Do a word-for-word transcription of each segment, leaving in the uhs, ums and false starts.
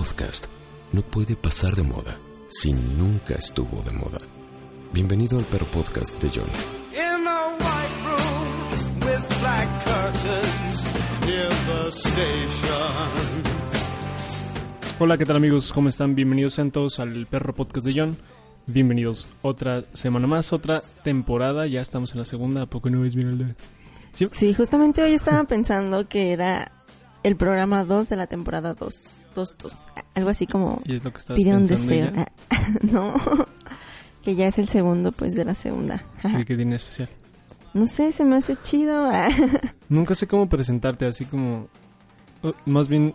podcast no puede pasar de moda si nunca estuvo de moda. Bienvenido al Perro Podcast de John. In a white room with black curtains near the station. Hola, ¿qué tal amigos? ¿Cómo están? Bienvenidos sean todos al Perro Podcast de John. Bienvenidos otra semana más, otra temporada. Ya estamos en la segunda. ¿A poco no es bien? ¿Sí? Sí, justamente hoy estaba pensando que era el programa dos de la temporada dos. dos, dos. Algo así como ¿Y es lo que estabas pide un pensando deseo. ya? No, que ya es el segundo pues de la segunda. ¿Y qué tiene especial? No sé, se me hace chido. Nunca sé cómo presentarte, así como... oh, más bien...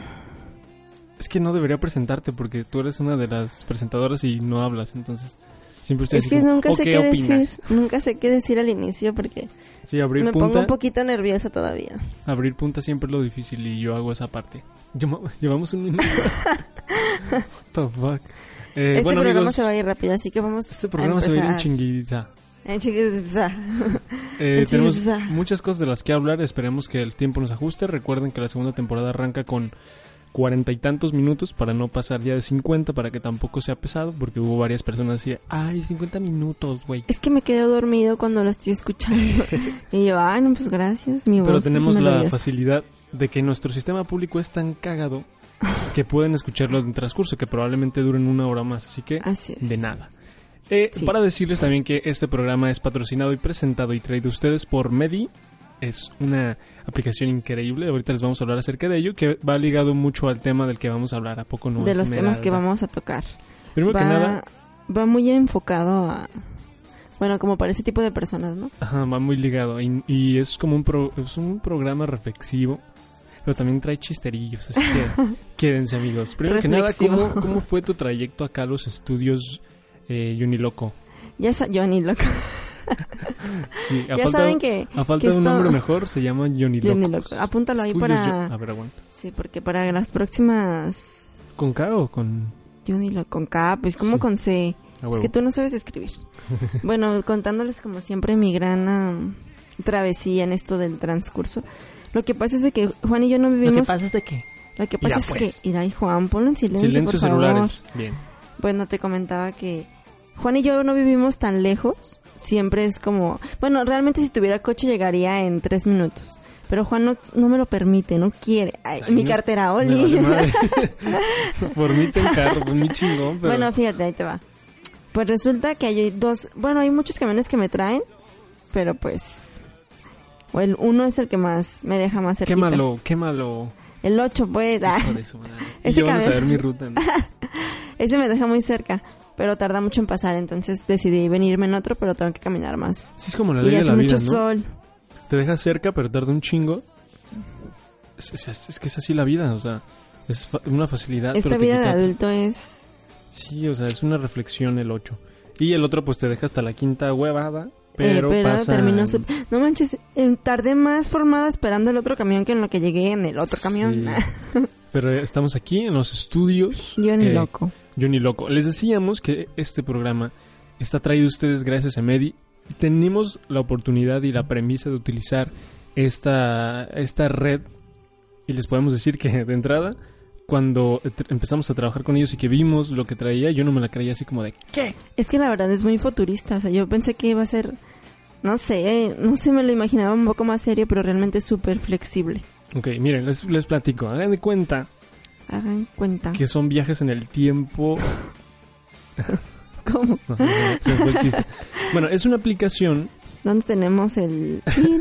Es que no debería presentarte porque tú eres una de las presentadoras y no hablas, entonces... Siempre estoy es así que como, nunca ¿o sé qué qué opinas? decir. Nunca sé qué decir al inicio porque Sí, abrir me punta... pongo un poquito nerviosa todavía. Abrir punta siempre es lo difícil y yo hago esa parte. Lleva- Llevamos un minuto. What the fuck. Eh, este bueno, programa amigos, se va a ir rápido, así que vamos este programa se va a ir en chinguita. En chinguita. Eh, En tenemos chinguita. muchas cosas de las que hablar. Esperemos que el tiempo nos ajuste. Recuerden que la segunda temporada arranca con cuarenta y tantos minutos para no pasar ya de cincuenta, para que tampoco sea pesado, porque hubo varias personas así de, ay, cincuenta minutos, güey. Es que me quedé dormido cuando lo estoy escuchando. Y yo, ay, no, pues gracias, mi voz. Pero es tenemos la melodiosa. facilidad de que nuestro sistema público es tan cagado que pueden escucharlo en transcurso, que probablemente duren una hora más, así que Así es. de nada. Eh, Sí. Para decirles también que este programa es patrocinado y presentado y traído a ustedes por Medi. Es una aplicación increíble, ahorita les vamos a hablar acerca de ello, que va ligado mucho al tema del que vamos a hablar, ¿a poco no? De los Esmeralda? temas que vamos a tocar. Primero va, que nada, va muy enfocado a... Bueno, como para ese tipo de personas, ¿no? ajá, va muy ligado y, y es como un, pro, es un programa reflexivo, pero también trae chisterillos, así que quédense amigos. Primero que nada, Reflexivo. ¿cómo, ¿cómo fue tu trayecto acá a los estudios eh, Uniloco? Ya sa- Johnny Loco. Sí, a Ya falta, saben que... a falta que de un esto- nombre mejor, se llama Uniloco. Johnny Loco. Apúntalo ahí para... A ver, aguanta. Sí, porque para las próximas... ¿Con K o con...? Johnny Loco. Con K, pues como Sí. con C. A Es huevo. que tú no sabes escribir. Bueno, contándoles como siempre mi gran um, travesía en esto del transcurso. Lo que pasa es de que Juan y yo no vivimos... es de qué? Lo que pasa Ya, es pues. que... Mira, y Juan, ponlo en silencio, Silencio por favor. celulares. Bien. Bueno, te comentaba que Juan y yo no vivimos tan lejos. Siempre es como... Bueno, realmente si tuviera coche llegaría en tres minutos. Pero Juan no, no me lo permite, no quiere. Ay, Ay, mi no- cartera, me Oli. vale madre. Por mí te encargo, pues mi chingón, pero... Bueno, fíjate, ahí te va. Pues resulta que hay dos... Bueno, hay muchos camiones que me traen. Pero pues... O el uno es el que más me deja más cerquita. Quémalo, quémalo. El ocho, pues. ah, Hijo de su madre. Y Ese yo van a camión. saber mi ruta, ¿no? ese me deja muy cerca. Pero tarda mucho en pasar. Entonces decidí venirme en otro, pero tengo que caminar más. Sí, es como la Y ley de hace la vida, mucho ¿no? sol. Te deja cerca, pero tarda un chingo. Es, es- es que es así la vida, o sea, es fa- una facilidad. Esta pero te vida de quita- adulto es... Sí, o sea, es una reflexión el ocho. Y el otro pues te deja hasta la quinta huevada, Pero, pero, pasa... terminó su... No manches, eh, tardé más formada esperando el otro camión que en lo que llegué en el otro camión. Sí. Pero estamos aquí en los estudios. Yo ni eh, loco. Johnny Loco. Les decíamos que este programa está traído a ustedes gracias a Medi. Tenemos la oportunidad y la premisa de utilizar esta, esta red. Y les podemos decir que de entrada, cuando t- empezamos a trabajar con ellos y que vimos lo que traía, yo no me la creía así como de... ¿Qué? Es que la verdad es muy futurista. O sea, yo pensé que iba a ser... No sé, no sé, me lo imaginaba un poco más serio, pero realmente es súper flexible. Ok, miren, les, les platico. Hagan de cuenta Hagan cuenta. que son viajes en el tiempo... ¿Cómo? No, no, no, se me fue el chiste. Bueno, es una aplicación ¿Dónde tenemos el...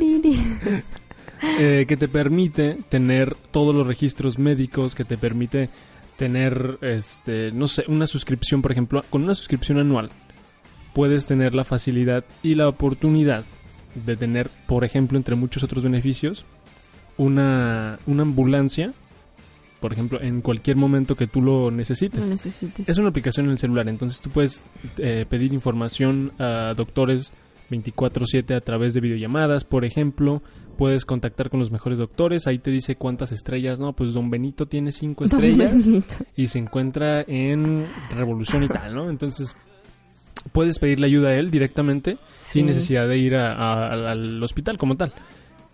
eh, que te permite tener todos los registros médicos, que te permite tener, este, no sé, una suscripción, por ejemplo, con una suscripción anual puedes tener la facilidad y la oportunidad de tener, por ejemplo, entre muchos otros beneficios, una, una ambulancia, por ejemplo, en cualquier momento que tú lo necesites. No necesites. Es una aplicación en el celular, entonces tú puedes eh, pedir información a doctores veinticuatro siete a través de videollamadas, por ejemplo. Puedes contactar con los mejores doctores, ahí te dice cuántas estrellas, no, pues Don Benito tiene cinco Don estrellas Benito. y se encuentra en Revolución y tal, ¿no? Entonces puedes pedirle ayuda a él directamente Sí. sin necesidad de ir a, a- al, al hospital como tal.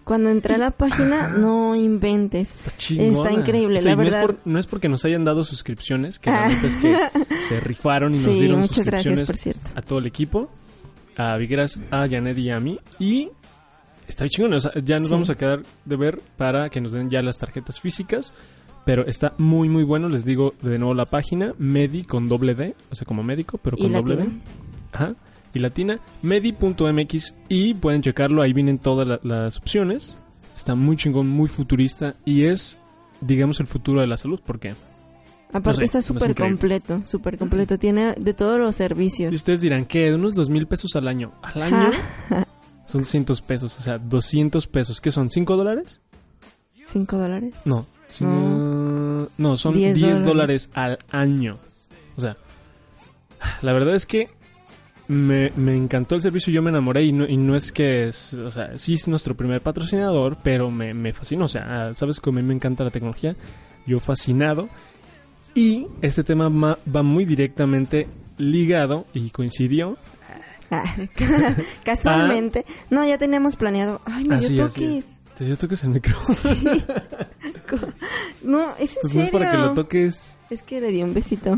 Cuando entré a la página, no inventes. Está chingona. Está increíble, O sea, la y no verdad. Es por, no es porque nos hayan dado suscripciones, que la neta es que se rifaron y Sí, nos dieron muchas suscripciones gracias, por cierto. a todo el equipo, a Vigueras, a Janet y a mí. Y está bien chingón. O sea, ya nos Sí. vamos a quedar de ver para que nos den ya las tarjetas físicas. Pero está muy, muy bueno. Les digo de nuevo la página, Medi con doble D, o sea, como médico, pero Y con doble latina. D. Ajá. Y latina, medi punto m x, y pueden checarlo, ahí vienen todas la, las opciones. Está muy chingón, muy futurista y es, digamos, el futuro de la salud, porque Aparte no sé, está no es súper increíble. completo, súper completo. Tiene de todos los Y servicios. ustedes dirán, ¿qué? ¿Unos dos mil pesos al año? ¿Al año? Son doscientos pesos, o sea, doscientos pesos. ¿Qué son? ¿cinco dólares? ¿Cinco dólares? No. Sí, No. no, son diez diez dólares dólares al año. O sea, la verdad es que me, me encantó el servicio, yo me enamoré y no, y no es que, es, o sea, sí es nuestro primer patrocinador, pero me, me fascinó. O sea, sabes que a mí me encanta la tecnología, yo fascinado. Y este tema ma, va muy directamente ligado y coincidió. Ah, casualmente. No, ya teníamos planeado. Ay, me Así, dio así toques. es. Te dio toques el micrófono. Sí. No, es en Pues no es serio. para que lo toques. Es que le di un besito.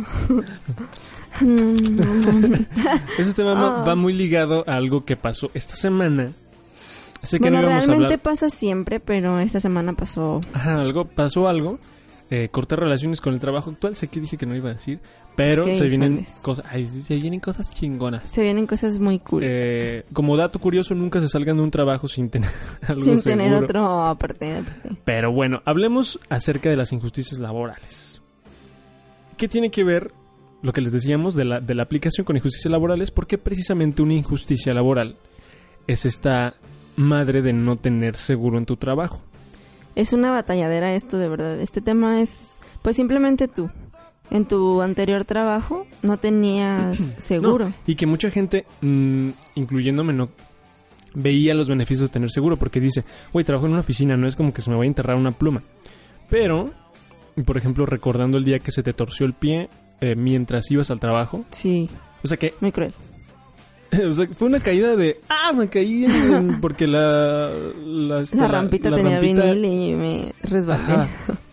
Ese tema Oh. va, va muy ligado a algo que pasó esta semana. Sé que Bueno, no íbamos a realmente hablar. pasa siempre, pero esta semana pasó. Ajá, algo, pasó algo. Eh, corté relaciones con el trabajo actual. Sé que dije que no iba a decir. Pero Es que, se vienen híjoles. cosas. Ay, sí, se vienen cosas chingonas. Se vienen cosas muy cool. Eh, como dato curioso, nunca se salgan de un trabajo sin tener algo sin seguro. tener otro aparte. Pero bueno, hablemos acerca de las injusticias laborales. ¿Qué tiene que ver lo que les decíamos de la, de la aplicación con injusticias laborales? Porque precisamente una injusticia laboral es esta madre de no tener seguro en tu trabajo. Es una batalladera esto, de verdad. Este tema es, pues simplemente tú. En tu anterior trabajo no tenías seguro. No, y que mucha gente, mmm, incluyéndome, no veía los beneficios de tener seguro, porque dice, güey, trabajo en una oficina, no es como que se me vaya a enterrar una pluma. Pero, por ejemplo, recordando el día que se te torció el pie eh, mientras ibas al trabajo. Sí, O sea que, muy cruel. o sea, fue una caída de, ah, me caí en, en- porque la... La, esta, La rampita la tenía rampita- vinil y me resbalé. Ajá.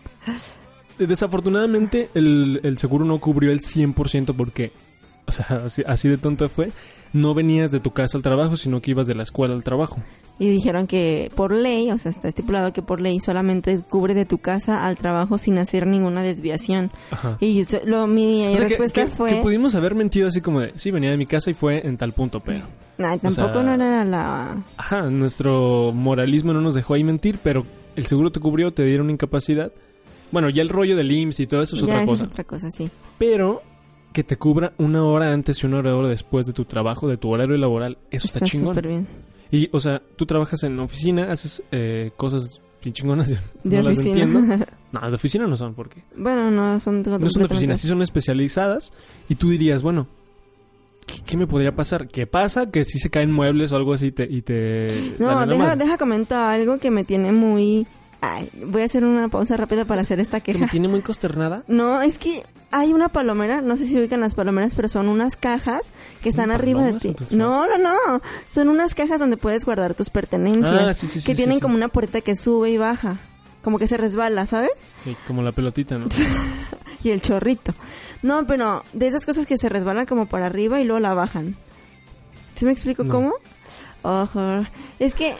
Desafortunadamente el, el seguro no cubrió el cien por ciento porque, o sea, así, así de tonto fue. No venías de tu casa al trabajo, sino que ibas de la escuela al trabajo. Y dijeron que por ley, o sea, está estipulado que por ley solamente cubre de tu casa al trabajo sin hacer ninguna desviación. Ajá. Y so- lo, mi O sea, que- respuesta que, fue... que pudimos haber mentido así como de, sí, venía de mi casa y fue en tal punto, pero... Nah, tampoco sea- no era la... Ajá, nuestro moralismo no nos dejó ahí mentir, pero el seguro te cubrió, te dieron incapacidad. Bueno, ya el rollo del I M S S y todo eso es ya, otra esa cosa. es otra cosa, sí. Pero que te cubra una hora antes y una hora después de tu trabajo, de tu horario laboral, eso está, Está chingón. súper bien. Y, o sea, tú trabajas en oficina, haces eh, cosas bien chingonas, yo De no las oficina. entiendo. No, de oficina no son, porque Bueno, no son... no son de oficina, sí son especializadas. Y tú dirías, bueno, ¿qué, qué me podría pasar? ¿Qué pasa? Que si se caen muebles o algo así te, y te... No, dan en la deja, madre. deja comentar algo que me tiene muy... Ay, voy a hacer una pausa rápida para hacer esta ¿Que me queja. tiene muy consternada? No, es que hay una palomera, no sé si ubican las palomeras, pero son unas cajas que están ¿Tienen arriba de palomas ti. en tus No, no, no. Son unas cajas donde puedes guardar tus pertenencias. Ah, sí, sí, sí, que sí, tienen sí. como una puerta que sube y baja. Como que se resbala, ¿sabes? Sí, como la pelotita, ¿no? Y el chorrito. No, pero de esas cosas que se resbalan como para arriba y luego la bajan. ¿Sí me explico No. cómo? Ojo. Es que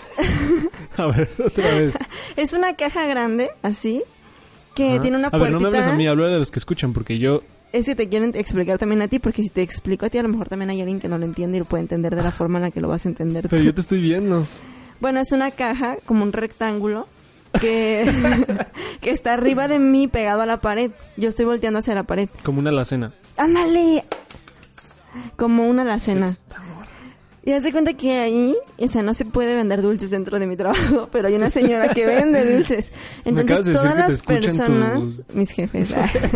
A ver, otra vez. es una caja grande, así, que Ajá. tiene una A ver, no me hables puertita. a mí, hablo de los que escuchan, porque yo... Es que te quieren explicar también a ti, porque si te explico a ti, a lo mejor también hay alguien que no lo entiende y lo puede entender de la forma en la que lo vas a entender tú. Pero yo te estoy viendo. Bueno, es una caja, como un rectángulo, que, que está arriba de mí, pegado a la pared. Yo estoy volteando hacia la pared. Como una alacena. ¡Ándale! Como una alacena. Sí, está bueno. Y haz de cuenta que ahí, o sea, no se puede vender dulces dentro de mi trabajo, pero hay una señora que vende dulces. Me acabas Entonces, de decir todas que te las escuchan personas, tus- mis jefes,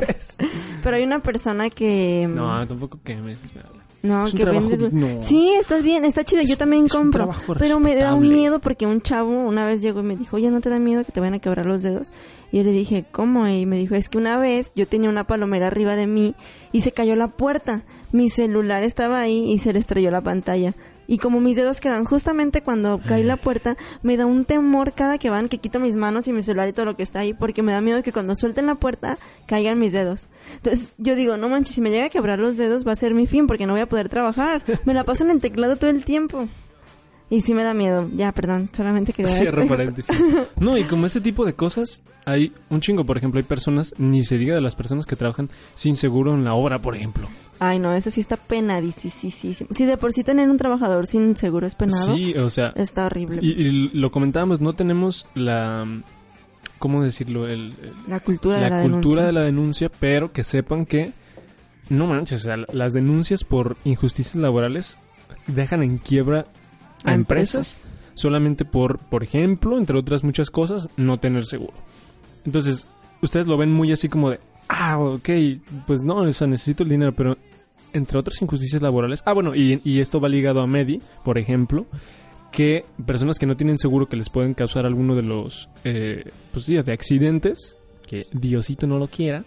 pero hay una persona que... No, tampoco que me desesperala. No, Es un que trabajo vende... digno. Sí, estás bien, está chido, yo también es un compro. trabajo Pero me da un respetable. miedo porque un chavo una vez llegó y me dijo, oye, ¿no te da miedo que te vayan a quebrar los dedos? Y yo le dije, ¿cómo? Y me dijo, es que una vez yo tenía una palomera arriba de mí y se cayó la puerta. Mi celular estaba ahí y se le estrelló la pantalla. Y como mis dedos quedan justamente cuando cae la puerta, me da un temor cada que van, que quito mis manos y mi celular y todo lo que está ahí, porque me da miedo que cuando suelten la puerta caigan mis dedos. Entonces yo digo, no manches, si me llega a quebrar los dedos va a ser mi fin, porque no voy a poder trabajar. Me la paso en el teclado todo el tiempo. Y sí me da miedo. Ya, perdón, solamente quería... Cierro paréntesis. No, y como este tipo de cosas, hay un chingo. Por ejemplo, hay personas, ni se diga de las personas que trabajan sin seguro en la obra, por ejemplo. Ay, no, eso sí está penadísimo. Si de por sí tener un trabajador sin seguro es penado, sí, o sea, está horrible. Y, y lo comentábamos, no tenemos la... ¿Cómo decirlo? El, el, la cultura, la de, la cultura denuncia. de la denuncia, pero que sepan que... No manches, o sea, las denuncias por injusticias laborales dejan en quiebra a, a empresas, empresas solamente por, por ejemplo, entre otras muchas cosas, no tener seguro. Entonces, ustedes lo ven muy así como de, ah, ok, pues no, o sea, necesito el dinero, pero entre otras injusticias laborales, ah, bueno, y, y esto va ligado a Medi, por ejemplo, que personas que no tienen seguro que les pueden causar alguno de los, eh, pues sí, de accidentes, que Diosito no lo quiera,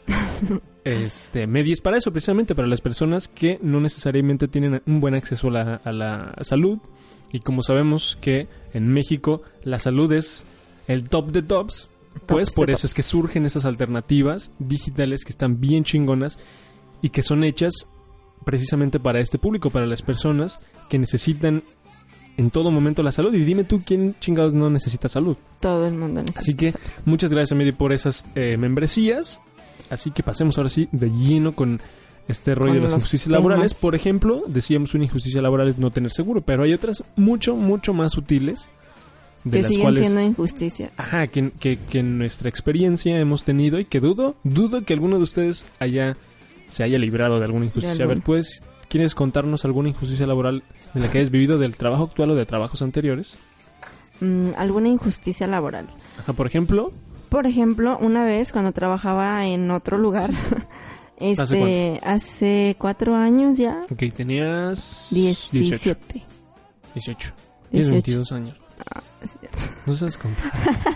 este, Medi es para eso, precisamente, para las personas que no necesariamente tienen un buen acceso a la, a la salud. Y como sabemos que en México la salud es el top de tops, pues por eso es que surgen esas alternativas digitales que están bien chingonas y que son hechas precisamente para este público, para las personas que necesitan en todo momento la salud. Y dime tú, ¿quién chingados no necesita salud? Todo el mundo necesita Así que salud. Muchas gracias, Medi, por esas eh, membresías. Así que pasemos ahora sí de lleno con... este rollo con de las injusticias laborales. Por ejemplo, decíamos una injusticia laboral es no tener seguro, pero hay otras mucho, mucho más sutiles de que las siguen cuales, siendo injusticias. Ajá, que, que, que en nuestra experiencia hemos tenido y que dudo, dudo que alguno de ustedes haya se haya librado de alguna injusticia. A ver, pues, ¿quieres contarnos alguna injusticia laboral de la que hayas vivido del trabajo actual o de trabajos anteriores? Mm, ¿Alguna injusticia laboral? Ajá, por ejemplo. Por ejemplo, una vez cuando trabajaba en otro lugar... Este, ¿Hace, hace cuatro años ya. Ok, tenías... diecisiete. dieciocho. Tienes veintidós años. Ah, es cierto. No sabes contar.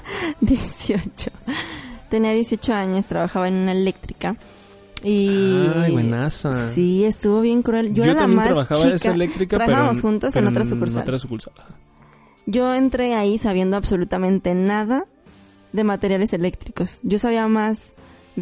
dieciocho. Tenía dieciocho años, trabajaba en una eléctrica. Y... Ay, buenaza. Sí, estuvo bien cruel. Yo, Yo era la también más trabajaba chica. esa eléctrica, Trabajábamos pero, juntos pero en otra sucursal. En otra sucursal. Yo entré ahí sabiendo absolutamente nada de materiales eléctricos. Yo sabía más...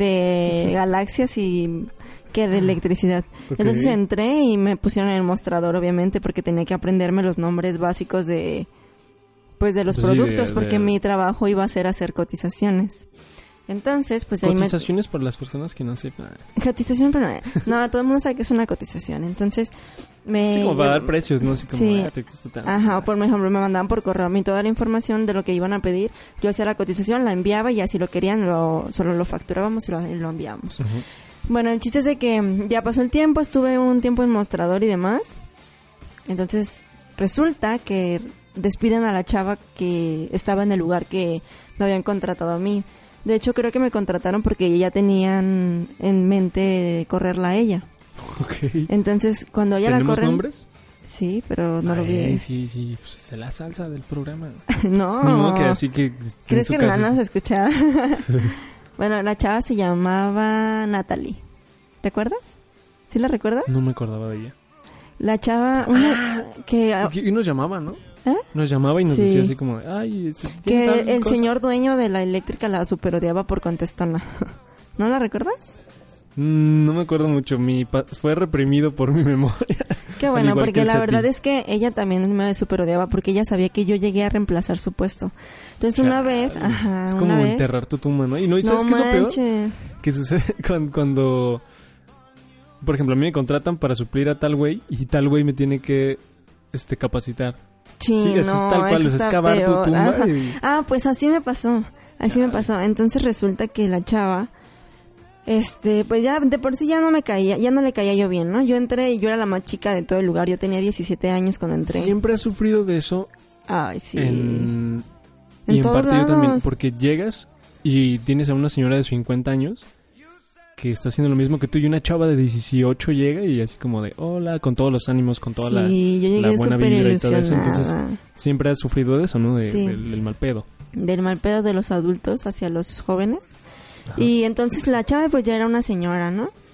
de galaxias y que de electricidad. Okay. Entonces entré y me pusieron en el mostrador, obviamente, porque tenía que aprenderme los nombres básicos de pues de los pues productos, sí, de, porque de... mi trabajo iba a ser hacer cotizaciones. Entonces, pues ahí me... Cotizaciones para las personas que no sepan. Cotización, pero no, todo el mundo sabe que es una cotización. Entonces, me... Sí, como para dar precios, ¿no? Así como, sí. Ah, te cuesta tanto. Ajá, por ejemplo, me mandaban por correo a mí toda la información de lo que iban a pedir. Yo hacía la cotización, la enviaba y ya si lo querían, lo, solo lo facturábamos y lo, y lo enviábamos. Uh-huh. Bueno, el chiste es de que ya pasó el tiempo, estuve un tiempo en mostrador y demás. Entonces, resulta que despiden a la chava que estaba en el lugar que me habían contratado a mí. De hecho, creo que me contrataron porque ya tenían en mente correrla a ella. Okay. Entonces, cuando ella la corren... ¿Tenemos nombres? Sí, pero no Ay, lo vi. Sí, sí, pues es la salsa del programa. No. Ni modo que así que... ¿Crees que no nos escuchaba? Bueno, la chava se llamaba Natalie. ¿Recuerdas? ¿Sí la recuerdas? No me acordaba de ella. La chava... Una, ah, que Y nos llamaba, ¿no? ¿Eh? Nos llamaba y nos sí. decía así como, ay, que el cosa? señor dueño de la eléctrica la superodiaba por contestarla. ¿No la recuerdas? Mm, no me acuerdo mucho, mi pa- fue reprimido por mi memoria. Qué bueno, porque la verdad es que ella también me superodiaba porque ella sabía que yo llegué a reemplazar su puesto. Entonces Chale. una vez, ajá, es una como vez, enterrar tu tumba, ¿no? Y no, ¿y sabes no qué es lo manches. peor? Que sucede cuando, cuando, por ejemplo, a mí me contratan para suplir a tal güey y tal güey me tiene que este capacitar. Sí, sí, no, es tal cual, es excavar peor. tu tumba. Y... Ah, pues así me pasó, así Ay. me pasó. Entonces resulta que la chava, este, pues ya de por sí ya no me caía, ya no le caía yo bien, ¿no? Yo entré y yo era la más chica de todo el lugar, yo tenía diecisiete años cuando entré. Siempre has sufrido de eso. Ay, sí. En... En y en todos parte lados. yo también, porque llegas y tienes a una señora de cincuenta años que está haciendo lo mismo que tú y una chava de dieciocho llega y así como de hola, con todos los ánimos, con toda sí, la, yo la buena vibra y todo eso. Entonces ilusionada. siempre has sufrido de eso, ¿no? De, sí. del, del mal pedo. Del mal pedo de los adultos hacia los jóvenes. Ajá. Y entonces la chava pues ya era una señora, ¿no?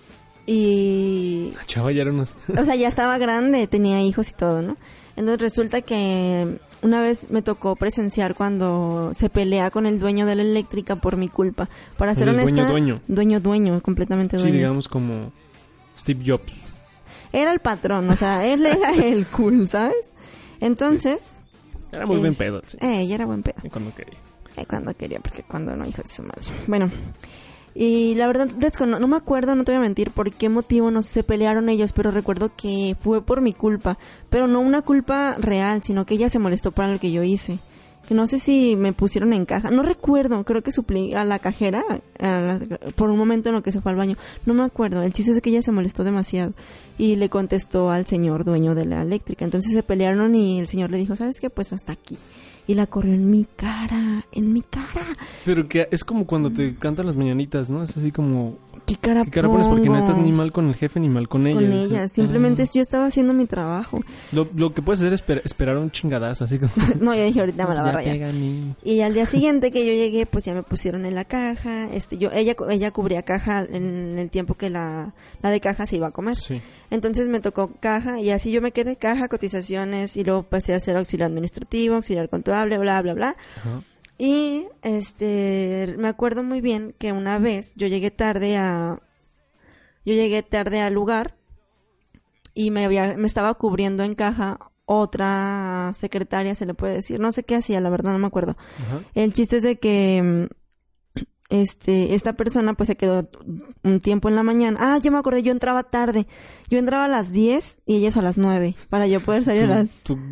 Y... La chava ya era unos... O sea, ya estaba grande, tenía hijos y todo, ¿no? Entonces resulta que una vez me tocó presenciar cuando se pelea con el dueño de la eléctrica por mi culpa. Para ser el honesta... dueño, dueño. Dueño, dueño, completamente dueño. Sí, digamos como Steve Jobs. Era el patrón, o sea, él era el cool, ¿sabes? Entonces... Sí. Era muy es... buen pedo, sí. Eh, ella era buen pedo. Y cuando quería. Eh, cuando quería, porque cuando no, hijo de su madre. Bueno... Y la verdad, descono- no me acuerdo, no te voy a mentir, por qué motivo no se pelearon ellos, pero recuerdo que fue por mi culpa. Pero no una culpa real, sino que ella se molestó por lo que yo hice. Que no sé si me pusieron en caja. No recuerdo, creo que suplí a la cajera a la, por un momento en lo que se fue al baño. No me acuerdo, el chiste es que ella se molestó demasiado. Y le contestó al señor dueño de la eléctrica. Entonces se pelearon y el señor le dijo, ¿sabes qué? Pues hasta aquí. Y la corrió en mi cara, en mi cara. Pero que es como cuando te cantan las mañanitas, ¿no? Es así como... ¿Qué cara, ¿Qué cara pones? Porque no estás ni mal con el jefe ni mal con ella. Con ella, simplemente ah. yo estaba haciendo mi trabajo. Lo, lo que puedes hacer es esper- esperar un chingadazo, así como... No, yo dije, ahorita me la va a rayar. Y al día siguiente que yo llegué, pues ya me pusieron en la caja. Este, yo Ella ella cubría caja en el tiempo que la, la de caja se iba a comer. Sí. Entonces me tocó caja y así yo me quedé caja, cotizaciones y luego pasé a ser auxiliar administrativo, auxiliar contable, bla, bla, bla. Ajá. Y este me acuerdo muy bien que una vez yo llegué tarde a yo llegué tarde al lugar y me había me estaba cubriendo en caja otra secretaria, se le puede decir, no sé qué hacía, la verdad no me acuerdo. Ajá. El chiste es de que este esta persona pues se quedó un tiempo en la mañana. Ah, yo me acordé, yo entraba tarde. Yo entraba a las diez y ellos a las nueve para yo poder salir tu, a las... Tu,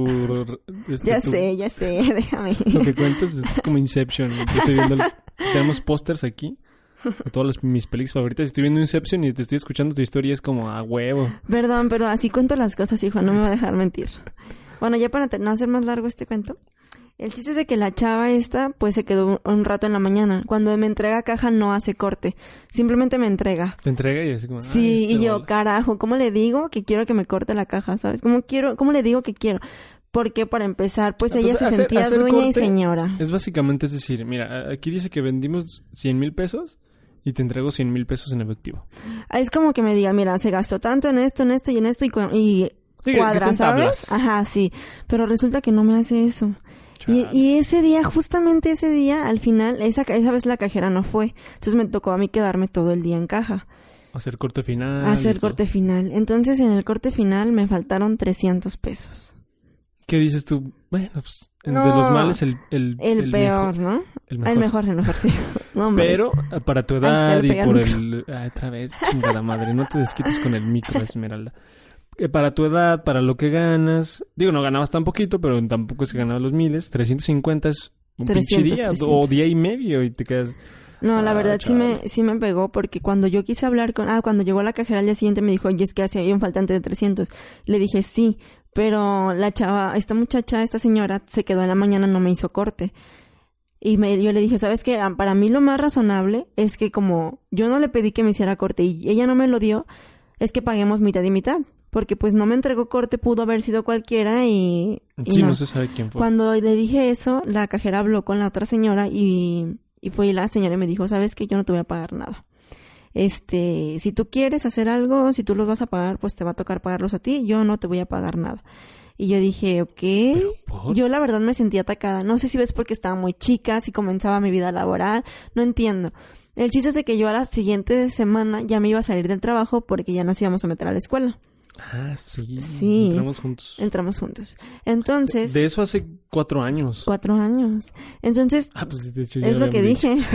tu, este, ya tu... sé, ya sé, déjame. Lo que cuentas es, es como Inception. Yo estoy viendo... El... Tenemos pósters aquí de todas las, mis películas favoritas. Estoy viendo Inception y te estoy escuchando tu historia. Es como a huevo. Perdón, pero así cuento las cosas, hijo. No me va a dejar mentir. Bueno, ya para no hacer más largo este cuento... El chiste es de que la chava esta, pues se quedó un rato en la mañana. Cuando me entrega caja no hace corte. Simplemente me entrega. Te entrega y así como... Sí, este y yo, bola. Carajo, ¿cómo le digo que quiero que me corte la caja, sabes? ¿Cómo quiero, cómo le digo que quiero? Porque para empezar, pues ella Entonces, se hacer, sentía hacer dueña y corte señora. Es básicamente, es decir, mira, aquí dice que vendimos cien mil pesos y te entrego cien mil pesos en efectivo. Es como que me diga, mira, se gastó tanto en esto, en esto y en esto y... y sí, cuadra, ¿sabes? Tablas. Ajá, sí. Pero resulta que no me hace eso. Y, y ese día, justamente ese día, al final, esa, esa vez la cajera no fue. Entonces me tocó a mí quedarme todo el día en caja. Hacer corte final. Hacer corte final. Entonces en el corte final me faltaron trescientos pesos. ¿Qué dices tú? Bueno, pues no, de los males el... El, el, el peor, mejor. ¿no? El mejor. El mejor, el mejor, sí. No, pero para tu edad Ay, y por el... Ay, otra vez, chingada madre, no te desquites con el micro, Esmeralda. Para tu edad, para lo que ganas... Digo, no ganabas tan poquito, pero tampoco es que ganabas los miles. trescientos cincuenta es un pinche día trescientos. O día y medio y te quedas... No, la ah, verdad sí chaval. me, sí me pegó porque cuando yo quise hablar con... Ah, cuando llegó la cajera al día siguiente me dijo, oye, es que había un faltante de trescientos. Le dije, sí, pero la chava, esta muchacha, esta señora, se quedó en la mañana, no me hizo corte. Y me, yo le dije, ¿sabes qué? Para mí lo más razonable es que como yo no le pedí que me hiciera corte y ella no me lo dio, es que paguemos mitad y mitad. Porque pues no me entregó corte, pudo haber sido cualquiera y... y sí, no. no se sabe quién fue. Cuando le dije eso, la cajera habló con la otra señora y, y fue la señora y me dijo, ¿sabes qué? Yo no te voy a pagar nada. Este, si tú quieres hacer algo, si tú los vas a pagar, pues te va a tocar pagarlos a ti, yo no te voy a pagar nada. Y yo dije, ok. Yo la verdad me sentí atacada. No sé si ves porque estaba muy chica, si comenzaba mi vida laboral, no entiendo. El chiste es de que yo a la siguiente semana ya me iba a salir del trabajo porque ya nos íbamos a meter a la escuela. Ah, sí. Sí. Entramos juntos. Entramos juntos. Entonces... De, de eso hace cuatro años. Cuatro años. Entonces... Ah, pues de hecho ya es lo que dicho. dije.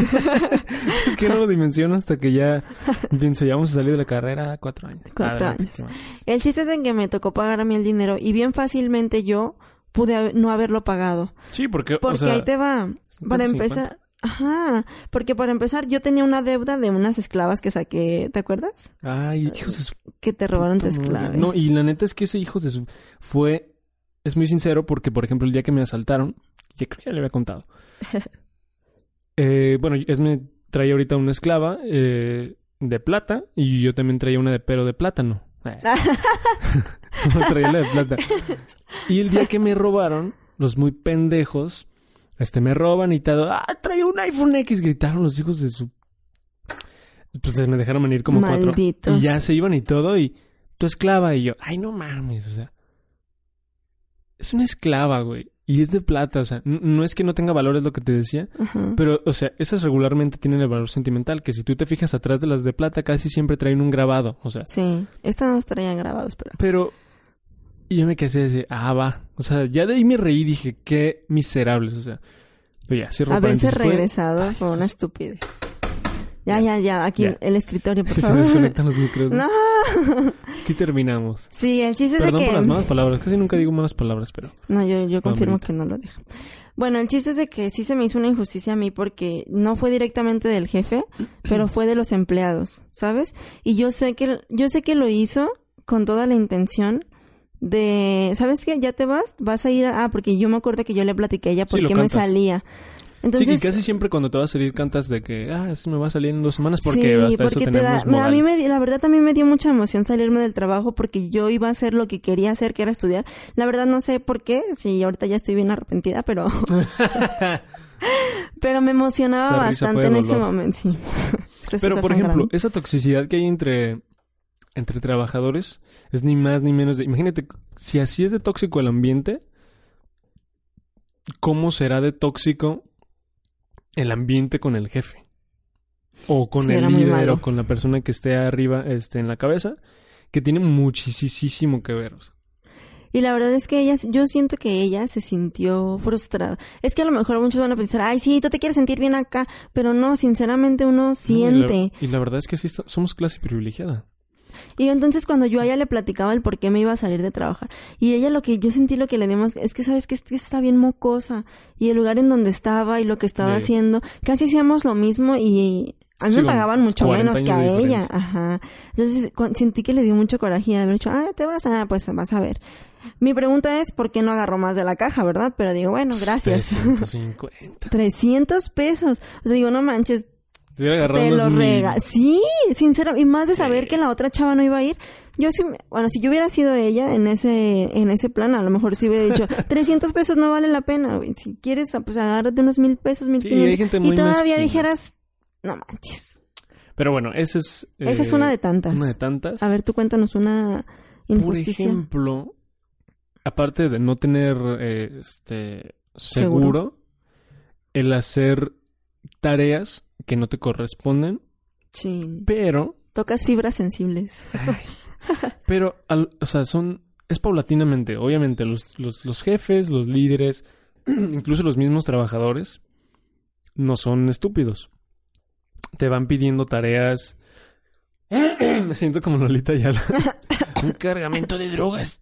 Es que no lo dimensiono hasta que ya... Pienso, ya vamos a salir de la carrera cuatro años. Cuatro ver, años. El chiste es en que me tocó pagar a mí el dinero y bien fácilmente yo pude haber, no haberlo pagado. Sí, porque... Porque o sea, ahí te va. Para empezar... cincuenta. Ajá, porque para empezar yo tenía una deuda de unas esclavas que saqué, ¿te acuerdas? Ay, hijos de su... Que te robaron tu esclava. No, y la neta es que ese hijos de su... Fue... Es muy sincero porque, por ejemplo, el día que me asaltaron, ya creo que ya le había contado. eh, bueno, Esme traía ahorita una esclava eh, de plata y yo también traía una de pero de plátano. Eh. No traía la de plata. Y el día que me robaron, los muy pendejos... Este, me roban y todo. ¡Ah, trae un iPhone X! Gritaron los hijos de su... pues me dejaron venir como Malditos. cuatro. Y ya se iban y todo, y tu esclava. Y yo, ay, no mames, o sea. Es una esclava, güey. Y es de plata, o sea, n- no es que no tenga valor, es lo que te decía. Ajá. Pero, o sea, esas regularmente tienen el valor sentimental. Que si tú te fijas atrás de las de plata, casi siempre traen un grabado, o sea. Sí, estas no traían grabados, pero... Pero... Y yo me quedé así, ah, va. O sea, ya de ahí me reí y dije, qué miserables, o sea. Pero ya, cierro Haberse paréntesis, fue- regresado Ay, fue eso una es- estupidez. Ya, ya, ya. Aquí Ya. el escritorio, por Que se favor. desconectan los micros. ¿no? No. Aquí terminamos. Sí, el chiste es Perdón de que... por las malas palabras. Casi nunca digo malas palabras, pero... No, yo, yo confirmo Mamita. que no lo deja. Bueno, el chiste es de que sí se me hizo una injusticia a mí porque no fue directamente del jefe, pero fue de los empleados, ¿sabes? Y yo sé que, yo sé que lo hizo con toda la intención de, ¿sabes qué? Ya te vas, vas a ir a... Ah, porque yo me acuerdo que yo le platiqué a ella Sí, por lo qué me cantas. salía. Entonces, sí, y casi siempre cuando te vas a salir cantas de que... Ah, eso me va a salir en dos semanas porque sí, hasta porque eso te da, tenemos me- a mí modales. me, la verdad también me dio mucha emoción salirme del trabajo porque yo iba a hacer lo que quería hacer, que era estudiar. La verdad no sé por qué, sí, ahorita ya estoy bien arrepentida, pero pero me emocionaba Esa risa bastante fue en de ese dolor. momento, sí. Esto Pero, está por ejemplo, sangrando. esa toxicidad que hay entre... Entre trabajadores es ni más ni menos de... Imagínate, si así es de tóxico el ambiente, ¿cómo será de tóxico el ambiente con el jefe? O con Sí, el era muy líder, malo. o con la persona que esté arriba, este, en la cabeza, que tiene muchísimo que ver. O sea. Y la verdad es que ella, yo siento que ella se sintió frustrada. Es que a lo mejor muchos van a pensar, ay, sí, tú te quieres sentir bien acá, pero no, sinceramente uno siente. No, y, la, y la verdad es que sí, está- somos clase privilegiada. Y entonces cuando yo a ella le platicaba el por qué me iba a salir de trabajar, y ella lo que yo sentí lo que le dimos es que sabes que es que está bien mocosa, y el lugar en donde estaba y lo que estaba Sí. haciendo, casi hacíamos lo mismo y a mí Sí, me con pagaban mucho cuarenta menos que a años de ella. diferencia. Ajá. Entonces cu- sentí que le dio mucho coraje de haber dicho, ah, te vas, ah, pues vas a ver. Mi pregunta es, ¿por qué no agarró más de la caja, verdad? Pero digo, bueno, gracias. trescientos cincuenta. trescientos pesos. O sea, digo, no manches, Te hubiera agarrado te unos lo mil. rega. Sí, sincero. Y más de saber Sí. que la otra chava no iba a ir. Yo sí, bueno, si yo hubiera sido ella en ese en ese plan, a lo mejor sí hubiera dicho, trescientos pesos no vale la pena, güey. Si quieres, pues agárrate unos mil pesos, mil Sí, quinientos. hay gente Y muy todavía mezquina. dijeras, no manches. Pero bueno, esa es... Esa es eh, una de tantas. Una de tantas. A ver, tú cuéntanos una Por injusticia. ejemplo, aparte de no tener eh, este Seguro. seguro, el hacer tareas que no te corresponden, Sí. pero, Tocas fibras sensibles. pero, al- o sea, son, es paulatinamente. Obviamente, los, los, los jefes, los líderes, incluso los mismos trabajadores, no son estúpidos. Te van pidiendo tareas. Me siento como Lolita Ayala. Un cargamento de drogas.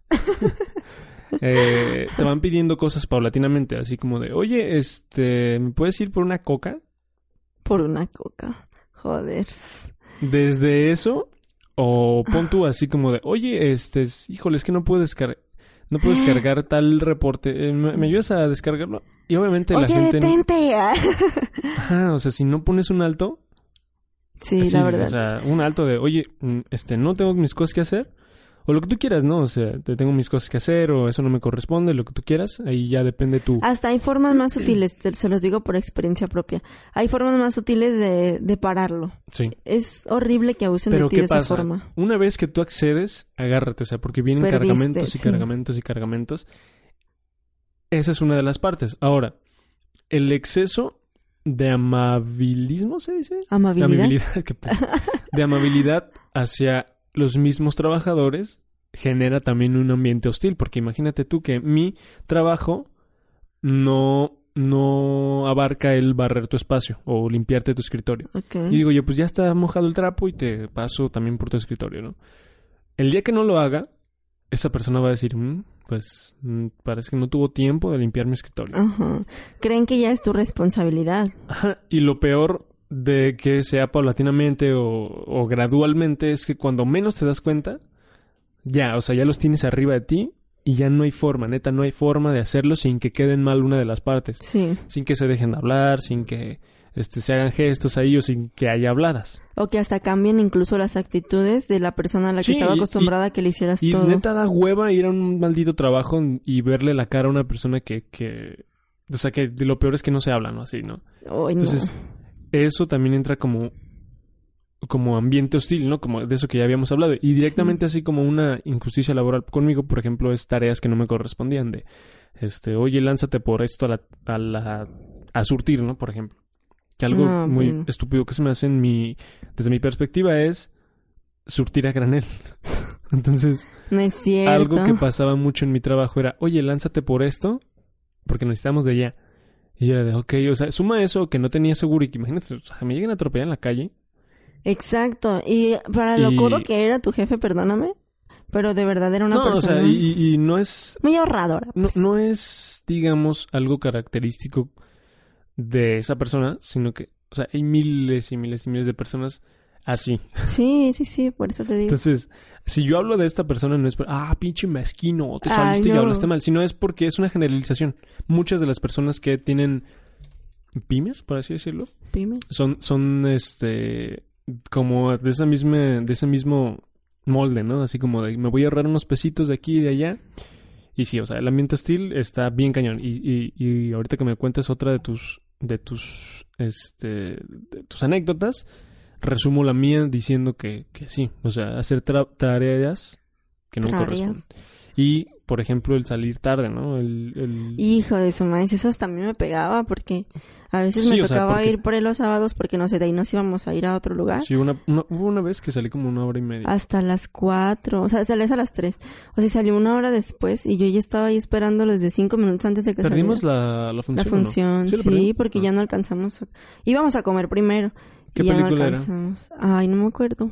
Eh, te van pidiendo cosas paulatinamente, así como de, oye, este, ¿me puedes ir por una coca? Por una coca. Joder. Desde eso, o pon tú así como de, oye, este, es- híjole, es que no puedo descargar, no puedo descargar tal reporte, eh, ¿me, me ayudas a descargarlo? Y obviamente la Oye, gente... detente. Ajá, o sea, si no pones un alto, Sí, así, la verdad. o sea, un alto de, oye, mm, este, no tengo mis cosas que hacer, o lo que tú quieras, ¿no? O sea, te tengo mis cosas que hacer, o eso no me corresponde, lo que tú quieras, ahí ya depende tú. Hasta hay formas más sutiles, te- se los digo por experiencia propia. Hay formas más sutiles de, de pararlo. Sí. Es horrible que abusen Pero de ti ¿qué de esa pasa? forma. Una vez que tú accedes, agárrate, o sea, porque vienen Perdiste, cargamentos y sí. cargamentos y cargamentos. Esa es una de las partes. Ahora, el exceso de amabilismo, ¿se dice? Amabilidad. De amabilidad, qué pe- de amabilidad hacia los mismos trabajadores genera también un ambiente hostil, porque imagínate tú que mi trabajo no, no abarca el barrer tu espacio o limpiarte tu escritorio. Ok. Y digo yo, pues ya está mojado el trapo y te paso también por tu escritorio, ¿no? El día que no lo haga, esa persona va a decir, "Mm, pues mm, parece que no tuvo tiempo de limpiar mi escritorio". Ajá. Creen que ya es tu responsabilidad. Ajá, y lo peor de que sea paulatinamente o, o gradualmente es que cuando menos te das cuenta, ya, o sea, ya los tienes arriba de ti y ya no hay forma, neta, no hay forma de hacerlo sin que queden mal una de las partes. Sí. Sin que se dejen de hablar, sin que este, se hagan gestos ahí o sin que haya habladas. O que hasta cambien incluso las actitudes de la persona a la que Sí, estaba y- acostumbrada a que le hicieras Y todo. neta da hueva ir a un maldito trabajo y verle la cara a una persona que, que... O sea, que lo peor es que no se habla, ¿no? Así, ¿no? Ay, no. Entonces, eso también entra como como ambiente hostil, ¿no? Como de eso que ya habíamos hablado. Y directamente sí. así como una injusticia laboral conmigo, por ejemplo, es tareas que no me correspondían de, este, oye, lánzate por esto a la, a la, a surtir, ¿no? Por ejemplo. Que algo no, muy bueno. estúpido que se me hace en mi, desde mi perspectiva es surtir a granel. Entonces, no es cierto. Algo que pasaba mucho en mi trabajo era, oye, lánzate por esto, porque necesitamos de allá. Y yo era de, ok, o sea, suma eso que no tenía seguro y que imagínate, o sea, me lleguen a atropellar en la calle. Exacto. Y para lo y... codo que era tu jefe, perdóname, pero de verdad era una no, persona... No, o sea, y, y no es... muy ahorradora. Pues. No, no es, digamos, algo característico de esa persona, sino que, o sea, hay miles y miles y miles de personas así. Sí, sí, sí, por eso te digo. Entonces, si yo hablo de esta persona no es por, ah, pinche mezquino, te saliste Ay, no. y hablaste mal, sino es porque es una generalización. Muchas de las personas que tienen pymes, por así decirlo, pymes, son, son, este, como de esa misma, de ese mismo molde, ¿no? Así como de, me voy a ahorrar unos pesitos de aquí y de allá. Y sí, o sea, el ambiente hostil está bien cañón. Y, y, y ahorita que me cuentes otra de tus, de tus, este, de tus anécdotas, resumo la mía diciendo que, que sí, o sea, hacer tra- tareas que no Tareas. corresponden. Y, por ejemplo, el salir tarde, ¿no? El, el... Hijo de su madre, eso también me pegaba porque a veces Sí, me o sea, tocaba porque- ir por él los sábados porque no sé, de ahí nos íbamos a ir a otro lugar. Sí, una, una, hubo una vez que salí como una hora y media. Hasta las cuatro, o sea, salías a las tres. O sea, salió una hora después y yo ya estaba ahí esperándolo desde cinco minutos antes de que ¿Perdimos saliera. la, la función? La función, ¿o no? sí, la perdimos? porque Ah. ya no alcanzamos. A... íbamos a comer primero. ¿Qué y ya película no era? alcanzamos. Ay, no me acuerdo.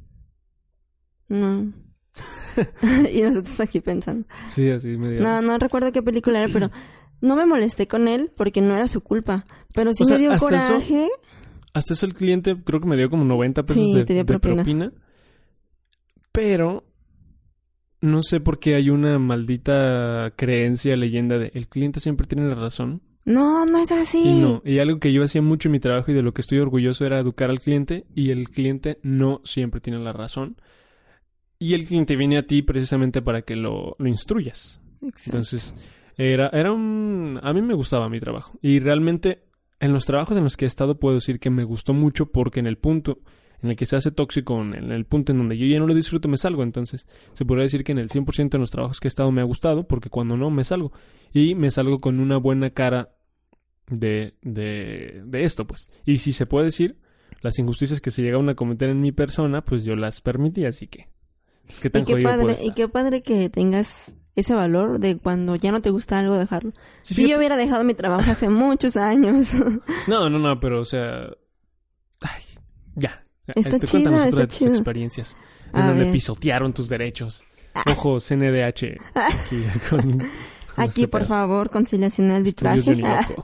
No. Y nosotros aquí pensando. Sí, así media No, hora. no recuerdo qué película era, pero no me molesté con él porque no era su culpa. Pero sí O sea, me dio hasta eso- coraje. Hasta eso el cliente creo que me dio como noventa pesos Sí, de, te dio de propina. propina. Pero no sé por qué hay una maldita creencia, leyenda de el cliente siempre tiene la razón. No, no es así. Y no, y algo que yo hacía mucho en mi trabajo y de lo que estoy orgulloso era educar al cliente, y el cliente no siempre tiene la razón. Y el cliente viene a ti precisamente para que lo, lo instruyas. Exacto. Entonces, era, era un... a mí me gustaba mi trabajo. Y realmente, en los trabajos en los que he estado, puedo decir que me gustó mucho porque en el punto en el que se hace tóxico, en el punto en donde yo ya no lo disfruto, me salgo. Entonces, se podría decir que en el cien por ciento de los trabajos que he estado me ha gustado, porque cuando no, me salgo. Y me salgo con una buena cara de, de, de esto, pues. Y si se puede decir, las injusticias que se llegaron a cometer en mi persona, pues yo las permití, así que... Es que tan Y qué jodido puede padre, estar. y qué padre que tengas ese valor de cuando ya no te gusta algo dejarlo. Sí, Yo fíjate- ya hubiera dejado mi trabajo hace muchos años. No, no, no, pero o sea... Ay, ya. Está este, chido, cuéntanos otra está de tus chido. experiencias. En A donde ver. pisotearon tus derechos. Ojo, C N D H. Aquí, con- con Aquí, este por pedo. favor, conciliación y Estudios arbitraje. Johnny Loco.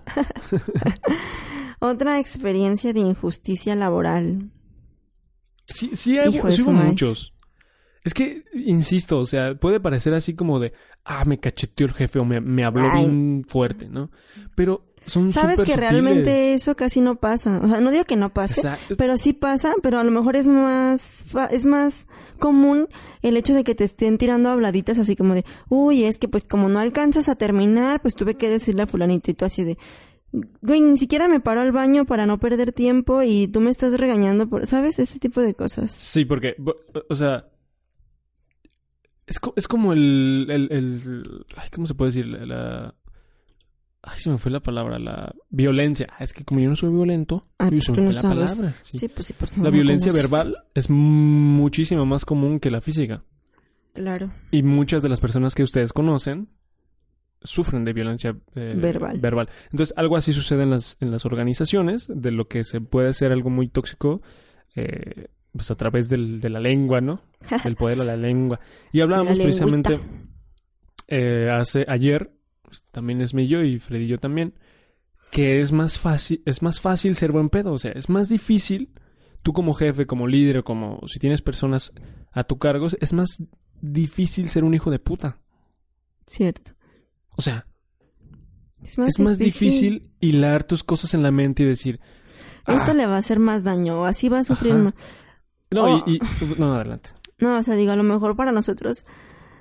Otra experiencia de injusticia laboral. Sí, sí, hay, Hijo de sí su hubo maíz. muchos. Es que, insisto, o sea, puede parecer así como de, ah, me cacheteó el jefe o me, me habló Ay. bien fuerte, ¿no? Pero son Sabes súper que sutiles. realmente eso casi no pasa. O sea, no digo que no pase, Exacto. pero sí pasa, pero a lo mejor es más fa- es más común el hecho de que te estén tirando habladitas así como de, uy, es que pues como no alcanzas a terminar, pues tuve que decirle a fulanito y tú así de, güey, ni siquiera me paro al baño para no perder tiempo y tú me estás regañando por, ¿sabes? Ese tipo de cosas. Sí, porque, bo- o sea, es, co- es como el, el, el, ay, ¿cómo se puede decir? La, la- ay, se me fue la palabra, la violencia. Ah, es que como yo no soy violento, Ah, uy, se tú me no fue la sabes. palabra. Sí. Sí, pues sí, pues La no, violencia ¿cómo? verbal es muchísimo más común que la física. Claro. Y muchas de las personas que ustedes conocen sufren de violencia eh, Verbal. verbal. Entonces, algo así sucede en las, en las organizaciones, de lo que se puede hacer algo muy tóxico, eh, pues a través del, de la lengua, ¿no? Del poder de la lengua. Y hablábamos La precisamente lengüita. eh, hace ayer, pues, también es yo y Freddy y yo también, que es más fácil, es más fácil ser buen pedo. O sea, es más difícil, tú como jefe, como líder, o como si tienes personas a tu cargo, es más difícil ser un hijo de puta. Cierto. O sea, Es más, es más difícil hilar tus cosas en la mente y decir... Esto "Ah, le va a hacer más daño, o así va a sufrir Ajá. más. no, Oh. y, y- no, adelante. No, o sea, digo, a lo mejor para nosotros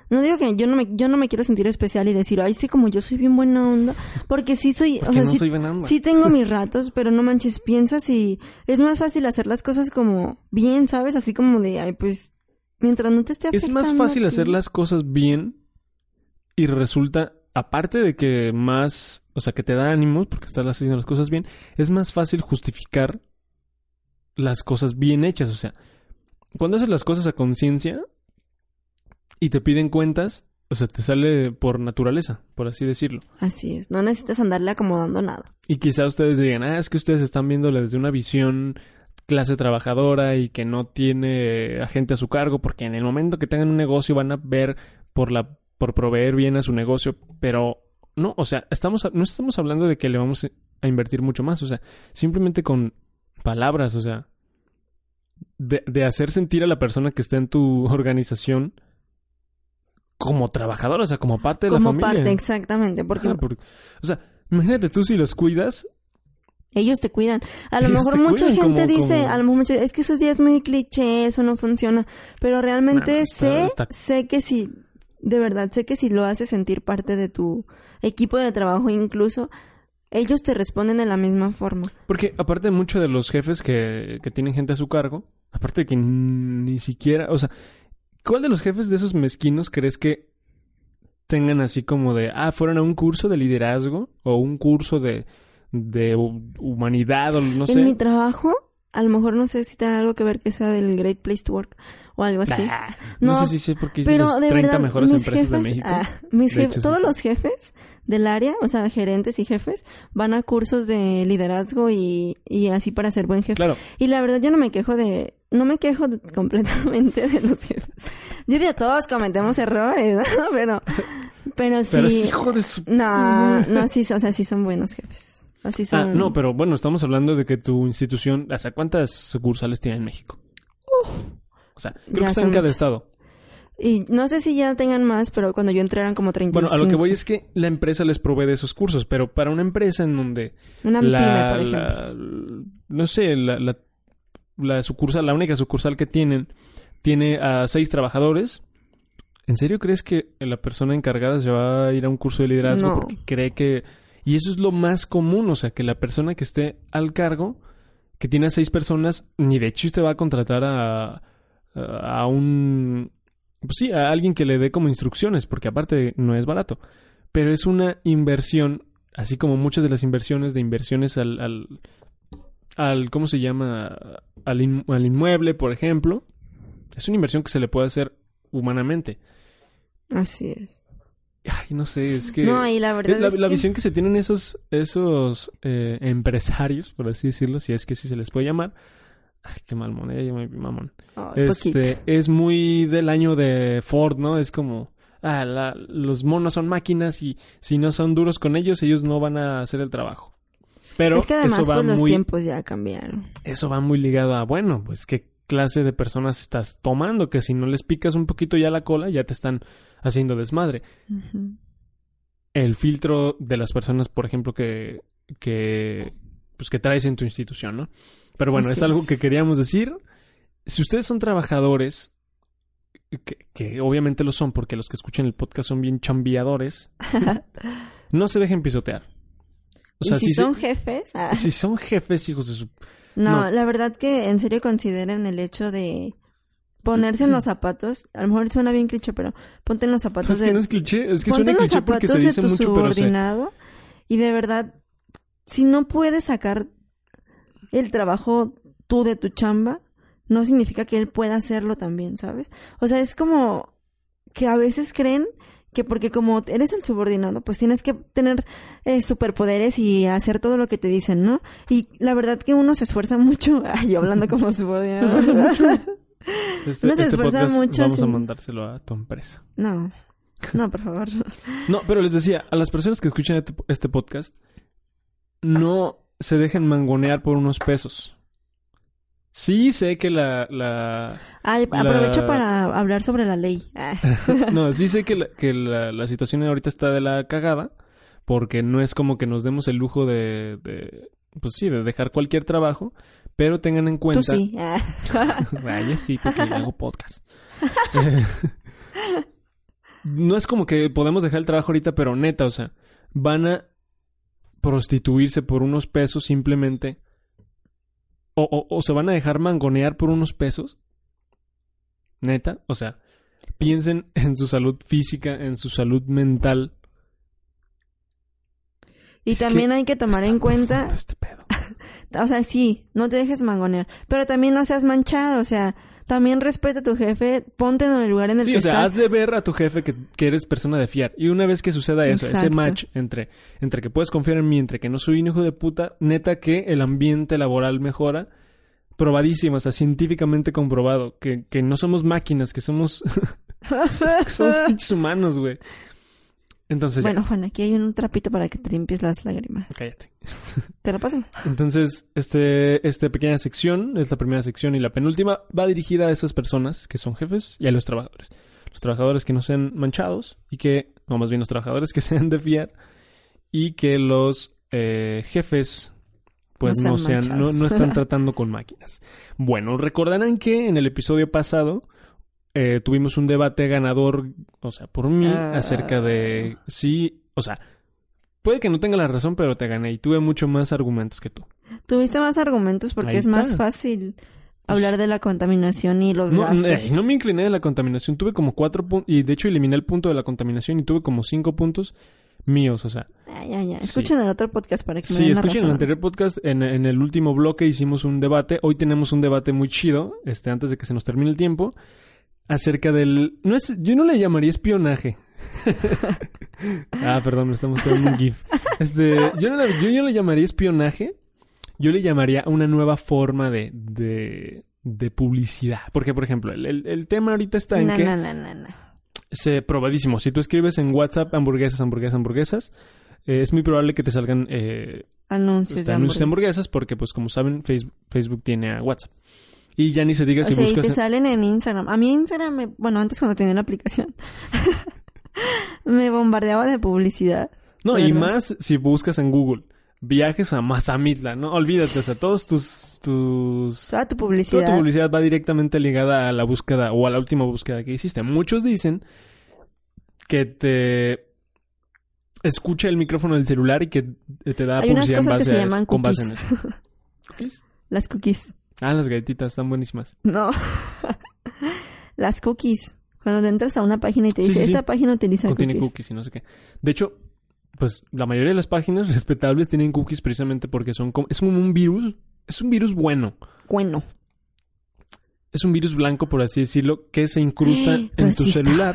No digo que yo no me yo no me quiero sentir especial y decir, ay, sí, como yo soy bien buena onda. Porque sí soy... Porque o sea, no sí, soy buena onda. Sí tengo mis ratos, pero no manches, piensas y... Es más fácil hacer las cosas como bien, ¿sabes? Así como de, ay, pues... Mientras no te esté afectando. Es más fácil a ti. hacer las cosas bien y resulta... Aparte de que más... O sea, que te da ánimos porque estás haciendo las cosas bien. Es más fácil justificar las cosas bien hechas. O sea, cuando haces las cosas a conciencia... Y te piden cuentas, o sea, te sale por naturaleza, por así decirlo. Así es, no necesitas andarle acomodando nada. Y quizá ustedes digan, ah, es que ustedes están viéndole desde una visión clase trabajadora y que no tiene a gente a su cargo, porque en el momento que tengan un negocio van a ver por la por proveer bien a su negocio, pero no, o sea, estamos no estamos hablando de que le vamos a invertir mucho más, o sea, simplemente con palabras, o sea, de, de hacer sentir a la persona que está en tu organización como trabajador, o sea, como parte de como la familia. Como parte, exactamente. Porque... Ajá, porque, o sea, imagínate tú si los cuidas. Ellos te cuidan. A lo Ellos mejor te mucha cuidan gente como, dice, como... a lo mejor mucha, es que eso ya es muy cliché, eso no funciona. Pero realmente No, no, sé, está, está... sé que si, de verdad, sé que si lo haces sentir parte de tu equipo de trabajo incluso, ellos te responden de la misma forma. Porque aparte muchos de los jefes que, que tienen gente a su cargo, aparte de que ni siquiera, o sea, ¿cuál de los jefes de esos mezquinos crees que tengan así como de, ah, fueron a un curso de liderazgo o un curso de, de humanidad o no sé? En mi trabajo, a lo mejor no sé si tiene algo que ver que sea del Great Place to Work o algo así. Ah, no, no sé si sé porque pero las de treinta verdad, mejores mis empresas jefes, de México. Ah, mis de jefes, hecho, todos sí. los jefes del área, o sea, gerentes y jefes, van a cursos de liderazgo y, y así para ser buen jefe. Claro. Y la verdad yo no me quejo de, no me quejo de, completamente de los jefes. Yo digo, todos cometemos errores, ¿no? Pero, pero sí. Pero es hijo de su... No, no, sí, o sea, sí son buenos jefes. Así son. Ah, no, pero bueno, estamos hablando de que tu institución, o sea, ¿cuántas sucursales tiene en México? Uh, o sea, creo que está en cada mucho. estado. Y no sé si ya tengan más, pero cuando yo entré eran como treinta y cinco. Bueno, a lo que voy es que la empresa les provee de esos cursos, pero para una empresa en donde... Una la, pyme, por la, ejemplo. No sé, la, la, la sucursal, la única sucursal que tienen, tiene a seis trabajadores. ¿En serio crees que la persona encargada se va a ir a un curso de liderazgo? No. Porque cree que... Y eso es lo más común, o sea, que la persona que esté al cargo, que tiene a seis personas, ni de chiste va a contratar a, a un... Pues sí, a alguien que le dé como instrucciones, porque aparte no es barato. Pero es una inversión, así como muchas de las inversiones de inversiones al... al, al ¿cómo se llama? Al, in, al inmueble, por ejemplo. Es una inversión que se le puede hacer humanamente. Así es. Ay, no sé, es que... No, y la verdad la, es la que... visión que se tienen esos, esos eh, empresarios, por así decirlo, si es que sí se les puede llamar... Ay, qué mal moneda, yo me mamón. Oh, este, poquito. es muy del año de Ford, ¿no? Es como, ah, la, los monos son máquinas y si no son duros con ellos, ellos no van a hacer el trabajo. Pero es que además eso va pues los muy, tiempos ya cambiaron. Eso va muy ligado a, bueno, pues qué clase de personas estás tomando, que si no les picas un poquito ya la cola, ya te están haciendo desmadre. Uh-huh. El filtro de las personas, por ejemplo, que, que, pues que traes en tu institución, ¿no? Pero bueno, Así es algo es. que queríamos decir. Si ustedes son trabajadores, que, que obviamente lo son, porque los que escuchan el podcast son bien chambeadores, no se dejen pisotear. O ¿Y sea, si, si son se, jefes? Ah. si son jefes, hijos de su... No, No. la verdad que en serio consideren el hecho de ponerse en los zapatos. A lo mejor suena bien cliché, pero ponte en los zapatos Es que de... no es cliché, es que ponte suena en los cliché porque zapatos se de dice tu mucho, pero se... subordinado. Y de verdad, si no puedes sacar el trabajo tú de tu chamba, no significa que él pueda hacerlo también, ¿sabes? O sea, es como que a veces creen que porque como eres el subordinado, pues tienes que tener eh, superpoderes y hacer todo lo que te dicen, ¿no? Y la verdad que uno se esfuerza mucho, ay, yo hablando como subordinado. Este, Uno se este esfuerza podcast mucho vamos a sin- mandárselo a tu empresa. No, no, por favor. No, pero les decía, a las personas que escuchan este, este podcast, no se dejen mangonear por unos pesos. Sí sé que la... la Ay, La- aprovecho para hablar sobre la ley. Ah. no, sí sé que, la, que la, la situación ahorita está de la cagada, porque no es como que nos demos el lujo de... de pues sí, de dejar cualquier trabajo, pero tengan en cuenta... Tú sí. Ah. Vaya, sí, porque hago podcast. no es como que podemos dejar el trabajo ahorita, pero neta, o sea, van a prostituirse por unos pesos simplemente. O, o, o se van a dejar mangonear por unos pesos. Neta, o sea, piensen en su salud física, en su salud mental. Y es también que hay que tomar en cuenta... Este pedo. O sea, sí, no te dejes mangonear. Pero también no seas manchado, o sea... También respeta a tu jefe, ponte en el lugar en el sí, que estás. Sí, o sea, haz de ver a tu jefe que, que eres persona de fiar. Y una vez que suceda eso, Exacto. ese match entre, entre que puedes confiar en mí, entre que no soy un hijo de puta, neta que el ambiente laboral mejora. Probadísimo, o sea, científicamente comprobado. Que, que no somos máquinas, que somos... que somos pinches humanos, güey. Entonces Bueno, ya. Juan, aquí hay un trapito para que te limpies las lágrimas. Cállate. ¿Te lo paso? Entonces, este, esta pequeña sección, es la primera sección y la penúltima, va dirigida a esas personas que son jefes y a los trabajadores. Los trabajadores que no sean manchados y que, no, más bien los trabajadores que sean de fiar y que los eh, jefes, pues no, no sean, sean no, no están tratando con máquinas. Bueno, recordarán que en el episodio pasado eh, tuvimos un debate ganador, o sea, por mí, uh... acerca de sí, o sea, puede que no tenga la razón, pero te gané y tuve mucho más argumentos que tú. Tuviste más argumentos porque Ahí es está. más fácil pues, hablar de la contaminación y los no, gastos. No, no me incliné de la contaminación, tuve como cuatro puntos, y de hecho eliminé el punto de la contaminación y tuve como cinco puntos míos, o sea. Ay, ay, ay. Escuchen sí. el otro podcast para que me Sí, den escuchen la razón. el anterior podcast, en, en el último bloque hicimos un debate, hoy tenemos un debate muy chido, este, antes de que se nos termine el tiempo, acerca del... no es, yo no le llamaría espionaje. ah, perdón, me estamos quedando un GIF. Este, yo no, le, yo, yo le llamaría espionaje. Yo le llamaría una nueva forma de, de, de publicidad. Porque, por ejemplo, el, el, el tema ahorita está en no, que... No, no, no, no. Se, probadísimo. Si tú escribes en WhatsApp hamburguesas, hamburguesas, hamburguesas, eh, es muy probable que te salgan eh, anuncios, este, de, anuncios hamburguesas. de hamburguesas. Porque, pues, como saben, Facebook, Facebook tiene a WhatsApp. Y ya ni se diga o si sea, buscas... y te salen en Instagram. A mí Instagram, me... bueno, antes cuando tenía la aplicación, me bombardeaba de publicidad. No, ¿verdad? Y más si buscas en Google viajes a Mazamitla, ¿no? Olvídate, o sea, todos tus... tus toda tu publicidad. Toda tu publicidad va directamente ligada a la búsqueda o a la última búsqueda que hiciste. Muchos dicen que te escucha el micrófono del celular y que te da Hay publicidad unas cosas en base que se a llaman eso, con cookies. base en eso. ¿Cookies? Las cookies. Ah, las galletitas están buenísimas. No. Las cookies. Cuando te entras a una página y te Sí, dice, sí, sí. esta página utiliza Contiene cookies. cookies y no sé qué. De hecho, pues la mayoría de las páginas respetables tienen cookies precisamente porque son como... es como un virus. Es un virus bueno. Bueno. Es un virus blanco, por así decirlo, que se incrusta en Racista. tu celular.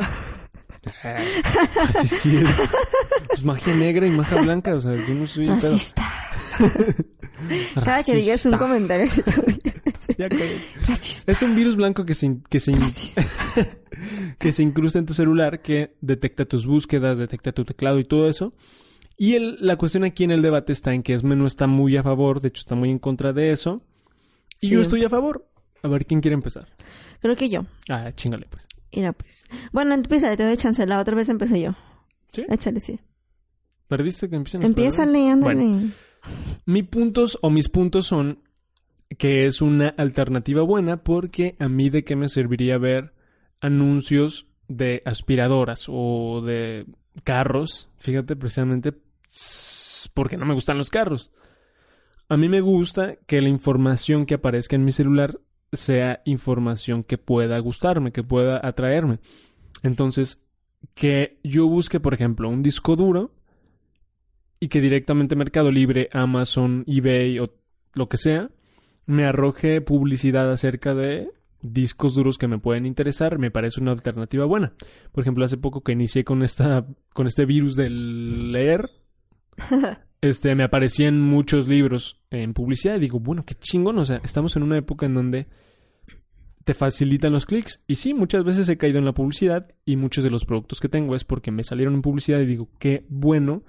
Así sí es. Pues magia negra y magia blanca, o sea, yo no soy... Racista. Cada que digas un comentario... Ya, Racista. es un virus blanco que se, que, se, que se incrusta en tu celular, que detecta tus búsquedas, detecta tu teclado y todo eso. Y el, la cuestión aquí en el debate está en que Esme no está muy a favor, de hecho está muy en contra de eso. Y Sí. yo estoy a favor. A ver, ¿quién quiere empezar? Creo que yo. Ah, chingale pues. Mira, pues. Bueno, empieza, te doy chance. La otra vez empecé yo. ¿Sí? Échale, sí. ¿Perdiste que empiecen los Empiézale, ándale. Bueno. Mis puntos o mis puntos son que es una alternativa buena porque a mí de qué me serviría ver anuncios de aspiradoras o de carros, fíjate, precisamente porque no me gustan los carros. A mí me gusta que la información que aparezca en mi celular sea información que pueda gustarme, que pueda atraerme. Entonces, que yo busque, por ejemplo, un disco duro y que directamente Mercado Libre, Amazon, eBay o lo que sea, me arroje publicidad acerca de discos duros que me pueden interesar, me parece una alternativa buena. Por ejemplo, hace poco que inicié con esta con este virus del leer, este me aparecían muchos libros en publicidad y digo, bueno, qué chingón, o sea, estamos en una época en donde te facilitan los clics. Y sí, muchas veces he caído en la publicidad y muchos de los productos que tengo es porque me salieron en publicidad y digo, qué bueno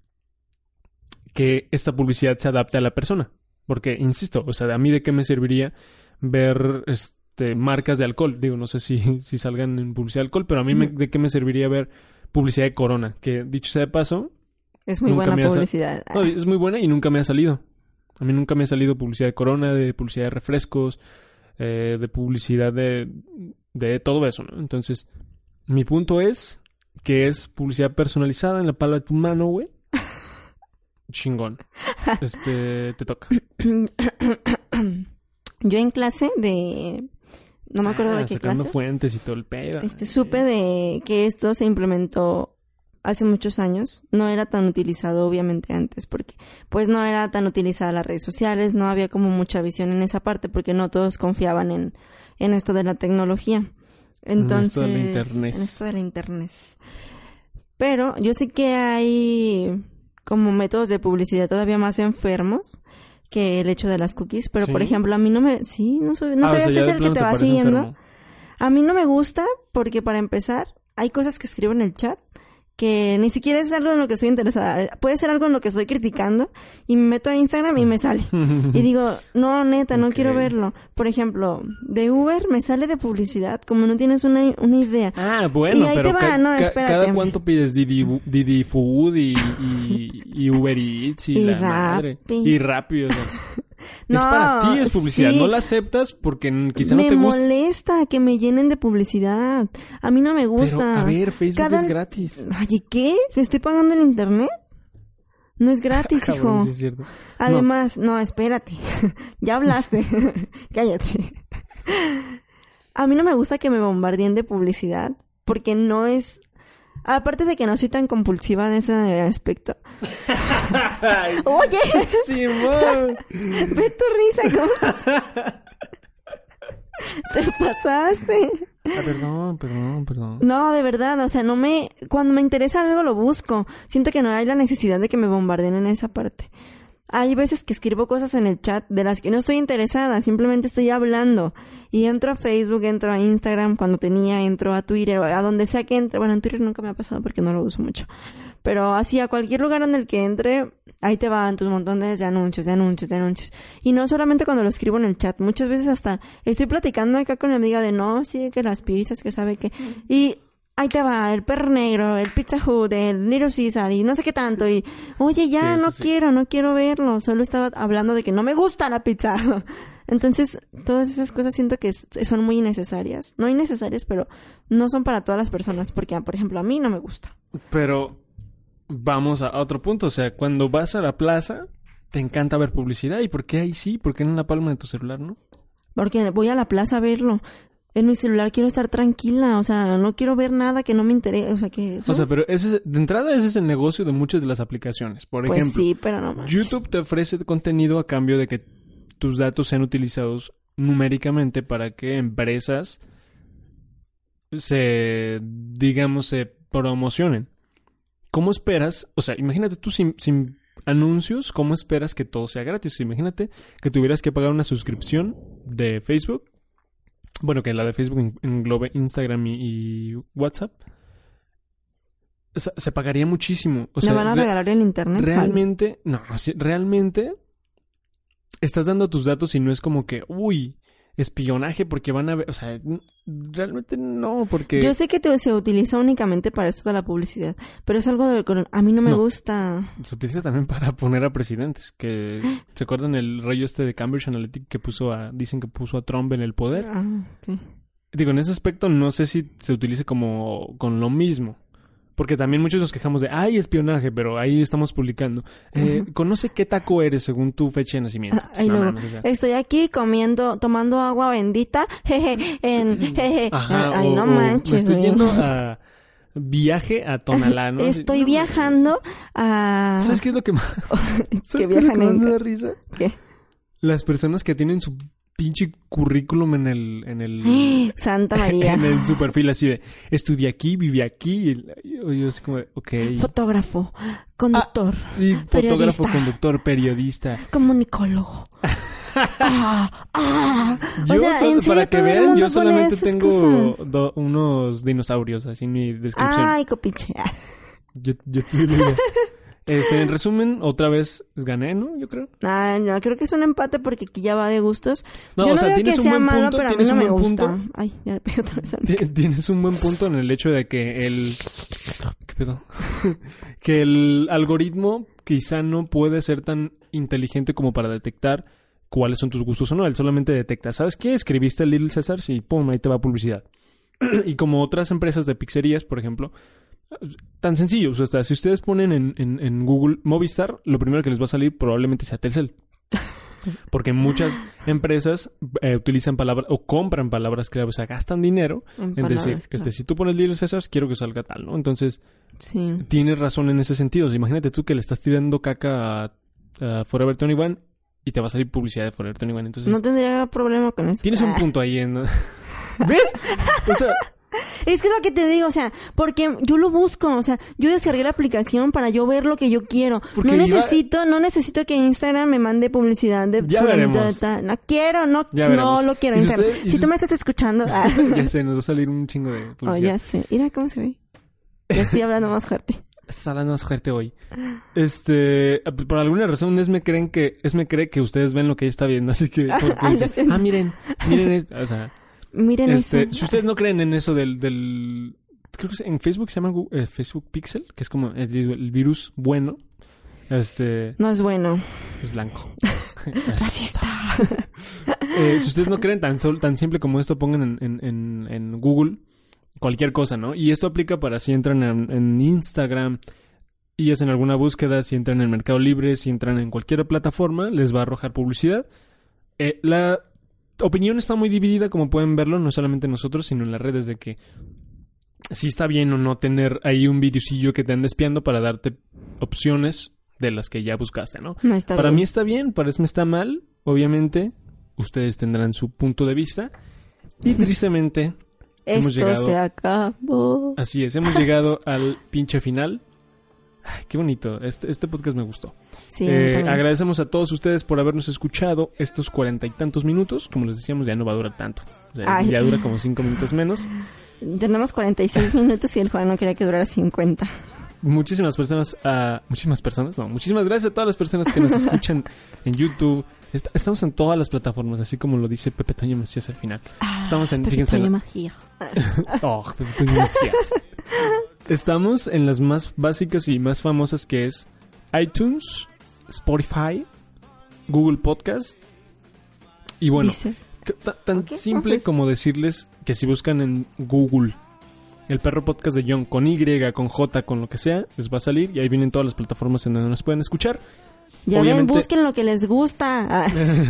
que esta publicidad se adapte a la persona. Porque, insisto, o sea, ¿a mí de qué me serviría ver este marcas de alcohol? Digo, no sé si, si salgan en publicidad de alcohol, pero a mí me, de qué me serviría ver publicidad de Corona. Que, dicho sea de paso... Es muy buena publicidad. Sal... No, es muy buena y nunca me ha salido. A mí nunca me ha salido publicidad de Corona, de publicidad de refrescos, eh, de publicidad de, de todo eso, ¿no? Entonces, mi punto es que es publicidad personalizada en la palma de tu mano, güey. Chingón. Este, te toca. Yo en clase de... No me acuerdo ah, de qué sacando clase. fuentes y todo el pedo. Este, supe de que esto se implementó hace muchos años. No era tan utilizado, obviamente, antes, porque pues no era tan utilizada las redes sociales, no había como mucha visión en esa parte, porque no todos confiaban en, en esto de la tecnología. Entonces, en esto de la internet. En esto de la internet. Pero yo sé que hay como métodos de publicidad todavía más enfermos que el hecho de las cookies, pero ¿Sí? por ejemplo, a mí no me... Sí, no, soy, no ah, sabía o sea, si ya es de el que plano te va parece siguiendo. enfermo. A mí no me gusta porque, para empezar, hay cosas que escribo en el chat que ni siquiera es algo en lo que estoy interesada. Puede ser algo en lo que estoy criticando y me meto a Instagram y me sale. Y digo, no, neta, no okay. quiero verlo. Por ejemplo, de Uber me sale de publicidad, como no tienes una, una idea. Ah, bueno, y ahí pero te va, ca- no, ca- espérate. ¿cada cuánto pides Didi, Didi Food y, y, y Uber Eats y, Y la Rappi. madre? Y Rappi, o sea. No, es para ti, es publicidad. sí. No la aceptas porque n- quizá me no te gusta. molesta que me llenen de publicidad. A mí no me gusta. Pero, a ver, Facebook Cada- es gratis. Ay, ¿y qué? ¿Me estoy pagando el internet? No es gratis, Cabrón, hijo. sí es cierto. Además, no, espérate. Ya hablaste. Cállate. A mí no me gusta que me bombardeen de publicidad porque no es... Aparte de que no soy tan compulsiva en ese aspecto. Oye, Sí, man. ve tu risa, ¿cómo? Te pasaste. Ah, perdón, perdón, perdón. No, de verdad, o sea, no me... Cuando me interesa algo lo busco. Siento que no hay la necesidad de que me bombardeen en esa parte. Hay veces que escribo cosas en el chat de las que no estoy interesada, simplemente estoy hablando. Y entro a Facebook, entro a Instagram cuando tenía, entro a Twitter, o a donde sea que entre. Bueno, en Twitter nunca me ha pasado porque no lo uso mucho. Pero así, a cualquier lugar en el que entre, ahí te van tus montones de anuncios, de anuncios, de anuncios. Y no solamente cuando lo escribo en el chat, muchas veces hasta estoy platicando acá con mi amiga de no, sí, que las pizzas, que sabe que... Y... ahí te va, el Perro Negro, el Pizza Hut, el Little Caesar y no sé qué tanto. Y, oye, ya, Sí, no sí, sí. quiero, no quiero verlo. Solo estaba hablando de que no me gusta la pizza. Entonces, todas esas cosas siento que es- son muy innecesarias. No innecesarias, pero no son para todas las personas. Porque, por ejemplo, a mí no me gusta. Pero vamos a otro punto. O sea, cuando vas a la plaza, te encanta ver publicidad. ¿Y por qué ahí sí? ¿Por qué en la palma de tu celular, no? Porque voy a la plaza a verlo. En mi celular quiero estar tranquila. O sea, no quiero ver nada que no me interese. O sea, que... ¿sabes? O sea, pero ese, de entrada ese es el negocio de muchas de las aplicaciones. Por Pues ejemplo, sí, pero no manches. YouTube te ofrece contenido a cambio de que tus datos sean utilizados numéricamente para que empresas se, digamos, se promocionen. ¿Cómo esperas? O sea, imagínate tú sin, sin anuncios, ¿cómo esperas que todo sea gratis? Imagínate que tuvieras que pagar una suscripción de Facebook. Bueno, que la de Facebook en- englobe Instagram y, y WhatsApp. Se, se pagaría muchísimo. O ¿Me sea, van a re- regalar el internet? realmente, no, sí, realmente estás dando tus datos y no es como que, uy, espionaje porque van a ver, o sea, n- realmente no, porque... Yo sé que te- se utiliza únicamente para esto de la publicidad, pero es algo de lo que a mí no me No. gusta. Se utiliza también para poner a presidentes, que ¿se acuerdan el rollo este de Cambridge Analytica que puso a, dicen que puso a Trump en el poder? Ah, ok. Digo, en ese aspecto no sé si se utilice como con lo mismo. Porque también muchos nos quejamos de, ay, espionaje, pero ahí estamos publicando. Eh, Ujú. Conoce qué taco eres según tu fecha de nacimiento. Ay, No luego, mames, o sea. estoy aquí comiendo, tomando agua bendita, jeje, en, jeje. Ajá, Ay, o- no o manches, me estoy güey. yendo a viaje a Tonalá, ¿no? Estoy No, viajando a... ¿Sabes qué es lo que más... que ¿Sabes qué es lo viajan que más en... me da risa? ¿Qué? Las personas que tienen su pinche currículum en el... En el Santa María. en el, su perfil así de, estudié aquí, viví aquí. Y yo, yo así como, de, ok. Fotógrafo, conductor, Sí, periodista. fotógrafo, conductor, periodista. comunicólogo. ah, ah. Yo, O sea, so- en serio, para que todo el vean, mundo yo pone solamente esas tengo cosas. do- unos dinosaurios así en mi descripción. Ay, copiche. Ah. Yo, yo tuve la idea. Este, en resumen, otra vez gané, ¿no? Yo creo. Ah, no, creo que es un empate porque aquí ya va de gustos. No, Yo o no sea, digo tienes que un sea buen malo, punto, pero a mí tienes no un me buen gusta. punto. Ay, ya le pegué otra vez. al Ti- micro. Tienes un buen punto en el hecho de que el... ¿Qué pedo? que el algoritmo quizá no puede ser tan inteligente como para detectar cuáles son tus gustos o no. Él solamente detecta, ¿sabes qué? Escribiste Little Caesar y pum, ahí te va publicidad. Y como otras empresas de pizzerías, por ejemplo, Tan sencillo. O sea, hasta si ustedes ponen en, en, en Google Movistar, lo primero que les va a salir probablemente sea Telcel. Porque muchas empresas eh, utilizan palabras o compran palabras clave, o sea, gastan dinero en, en decir, este, si tú pones Little Caesars, quiero que salga tal, ¿no? Entonces, sí. Tienes razón en ese sentido. O sea, imagínate tú que le estás tirando caca a, a Forever veintiuno y te va a salir publicidad de Forever veintiuno. Entonces, no tendría problema con eso. Tienes ah. un punto ahí en... ¿Ves? O sea... Es que es lo que te digo, o sea, porque yo lo busco, o sea, yo descargué la aplicación para yo ver lo que yo quiero. Porque no necesito, iba... no necesito que Instagram me mande publicidad de fulanito de tal. No quiero, no, no lo quiero. Si, Instagram. usted, si si tú me estás escuchando, ah. ya sé, nos va a salir un chingo de publicidad. Oh, ya sé. Mira cómo se ve. Ya estoy hablando más fuerte. Estás hablando más fuerte hoy. Este, por alguna razón Esme creen que Esme cree que ustedes ven lo que ella está viendo, así que ah, dice, ah, miren, miren esto, o sea, miren este, eso. Si ustedes no creen en eso del, del creo que en Facebook se llama eh, Facebook Pixel, que es como el, el virus bueno. Este... No es bueno. Es blanco. Racista. eh, si ustedes no creen tan, sol, tan simple como esto, pongan en, en, en, en Google cualquier cosa, ¿no? Y esto aplica para si entran en, en Instagram y hacen alguna búsqueda, si entran en Mercado Libre, si entran en cualquier plataforma, les va a arrojar publicidad. Eh, la opinión está muy dividida, como pueden verlo, no solamente nosotros, sino en las redes, de que si está bien o no tener ahí un videocillo que te ande espiando para darte opciones de las que ya buscaste, ¿no? No está para bien. mí está bien, para Esme está mal. Obviamente, ustedes tendrán su punto de vista. Y tristemente, hemos Esto llegado... se acabó. Así es, hemos llegado al pinche final. Ay, qué bonito. Este, este podcast me gustó. Sí, eh, agradecemos a todos ustedes por habernos escuchado estos cuarenta y tantos minutos. Como les decíamos, ya no va a durar tanto. O sea, ya dura como cinco minutos menos. Tenemos cuarenta y seis minutos y el Juan no quería que durara cincuenta. Muchísimas personas, uh, muchísimas personas, no, muchísimas gracias a todas las personas que nos escuchan en YouTube. Est- estamos en todas las plataformas, así como lo dice Pepe Toño Macías al final. Ah, estamos en, Pepe fíjense. Toño La... Macías. oh, Pepe Toño Macías. Estamos en las más básicas y más famosas, que es iTunes, Spotify, Google Podcast. Y bueno, Dice. t- tan okay, simple entonces... como decirles que si buscan en Google El Perro Podcast de John, con Y, con J, con lo que sea, les va a salir y ahí vienen todas las plataformas en donde nos pueden escuchar. Ya obviamente, ven, busquen lo que les gusta.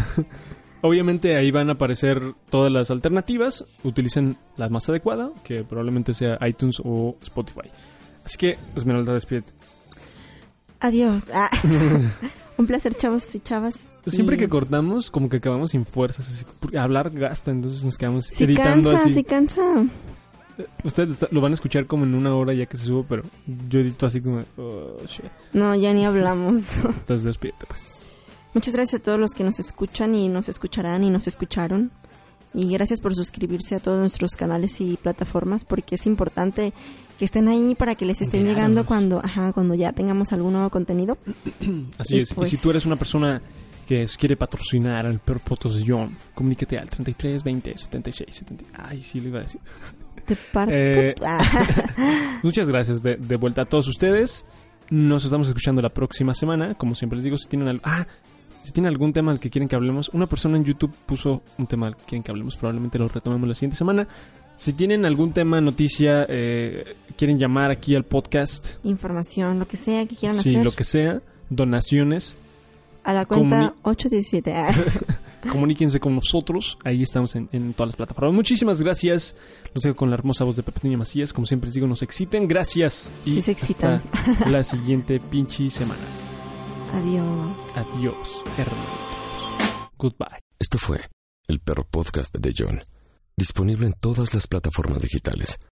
Obviamente ahí van a aparecer todas las alternativas. Utilicen la más adecuada, que probablemente sea iTunes o Spotify. Así que, Esmeralda, despídete. Adiós. Ah. Un placer, chavos y chavas. Siempre y... que cortamos, como que acabamos sin fuerzas. Así, porque hablar gasta, entonces nos quedamos sí editando cansa, así. Sí cansa, Ustedes lo van a escuchar como en una hora ya que se subo, pero yo edito así como... Oh, shit. No, ya ni hablamos. Entonces despídete, pues. Muchas gracias a todos los que nos escuchan y nos escucharán y nos escucharon. Y gracias por suscribirse a todos nuestros canales y plataformas, porque es importante que estén ahí para que les estén Claro. llegando cuando, ajá, cuando ya tengamos algún nuevo contenido. Así y es. pues... Y si tú eres una persona que quiere patrocinar al Peor Podcast de John, comuníquete al treinta y tres, veinte, setenta y seis, setenta. Ay, sí, le iba a decir. Te parto. Eh, muchas gracias de, de vuelta a todos ustedes. Nos estamos escuchando la próxima semana. Como siempre les digo, si tienen, al, ah, si tienen algún tema al que quieren que hablemos, una persona en YouTube puso un tema al que quieren que hablemos, probablemente lo retomemos la siguiente semana. Si tienen algún tema, noticia, eh, quieren llamar aquí al podcast, información, lo que sea que quieran sí, hacer. lo que sea, donaciones, a la cuenta comuni- ocho diecisiete. Ah. comuníquense con nosotros. Ahí estamos en, en todas las plataformas. Muchísimas gracias. Los dejo con la hermosa voz de Pepe Toño Macías. Como siempre les digo, nos exciten. Gracias. Y Sí se excitan. hasta la siguiente pinche semana. Adiós. Adiós, hermanos. Goodbye. Esto fue El Perro Podcast de John. Disponible en todas las plataformas digitales.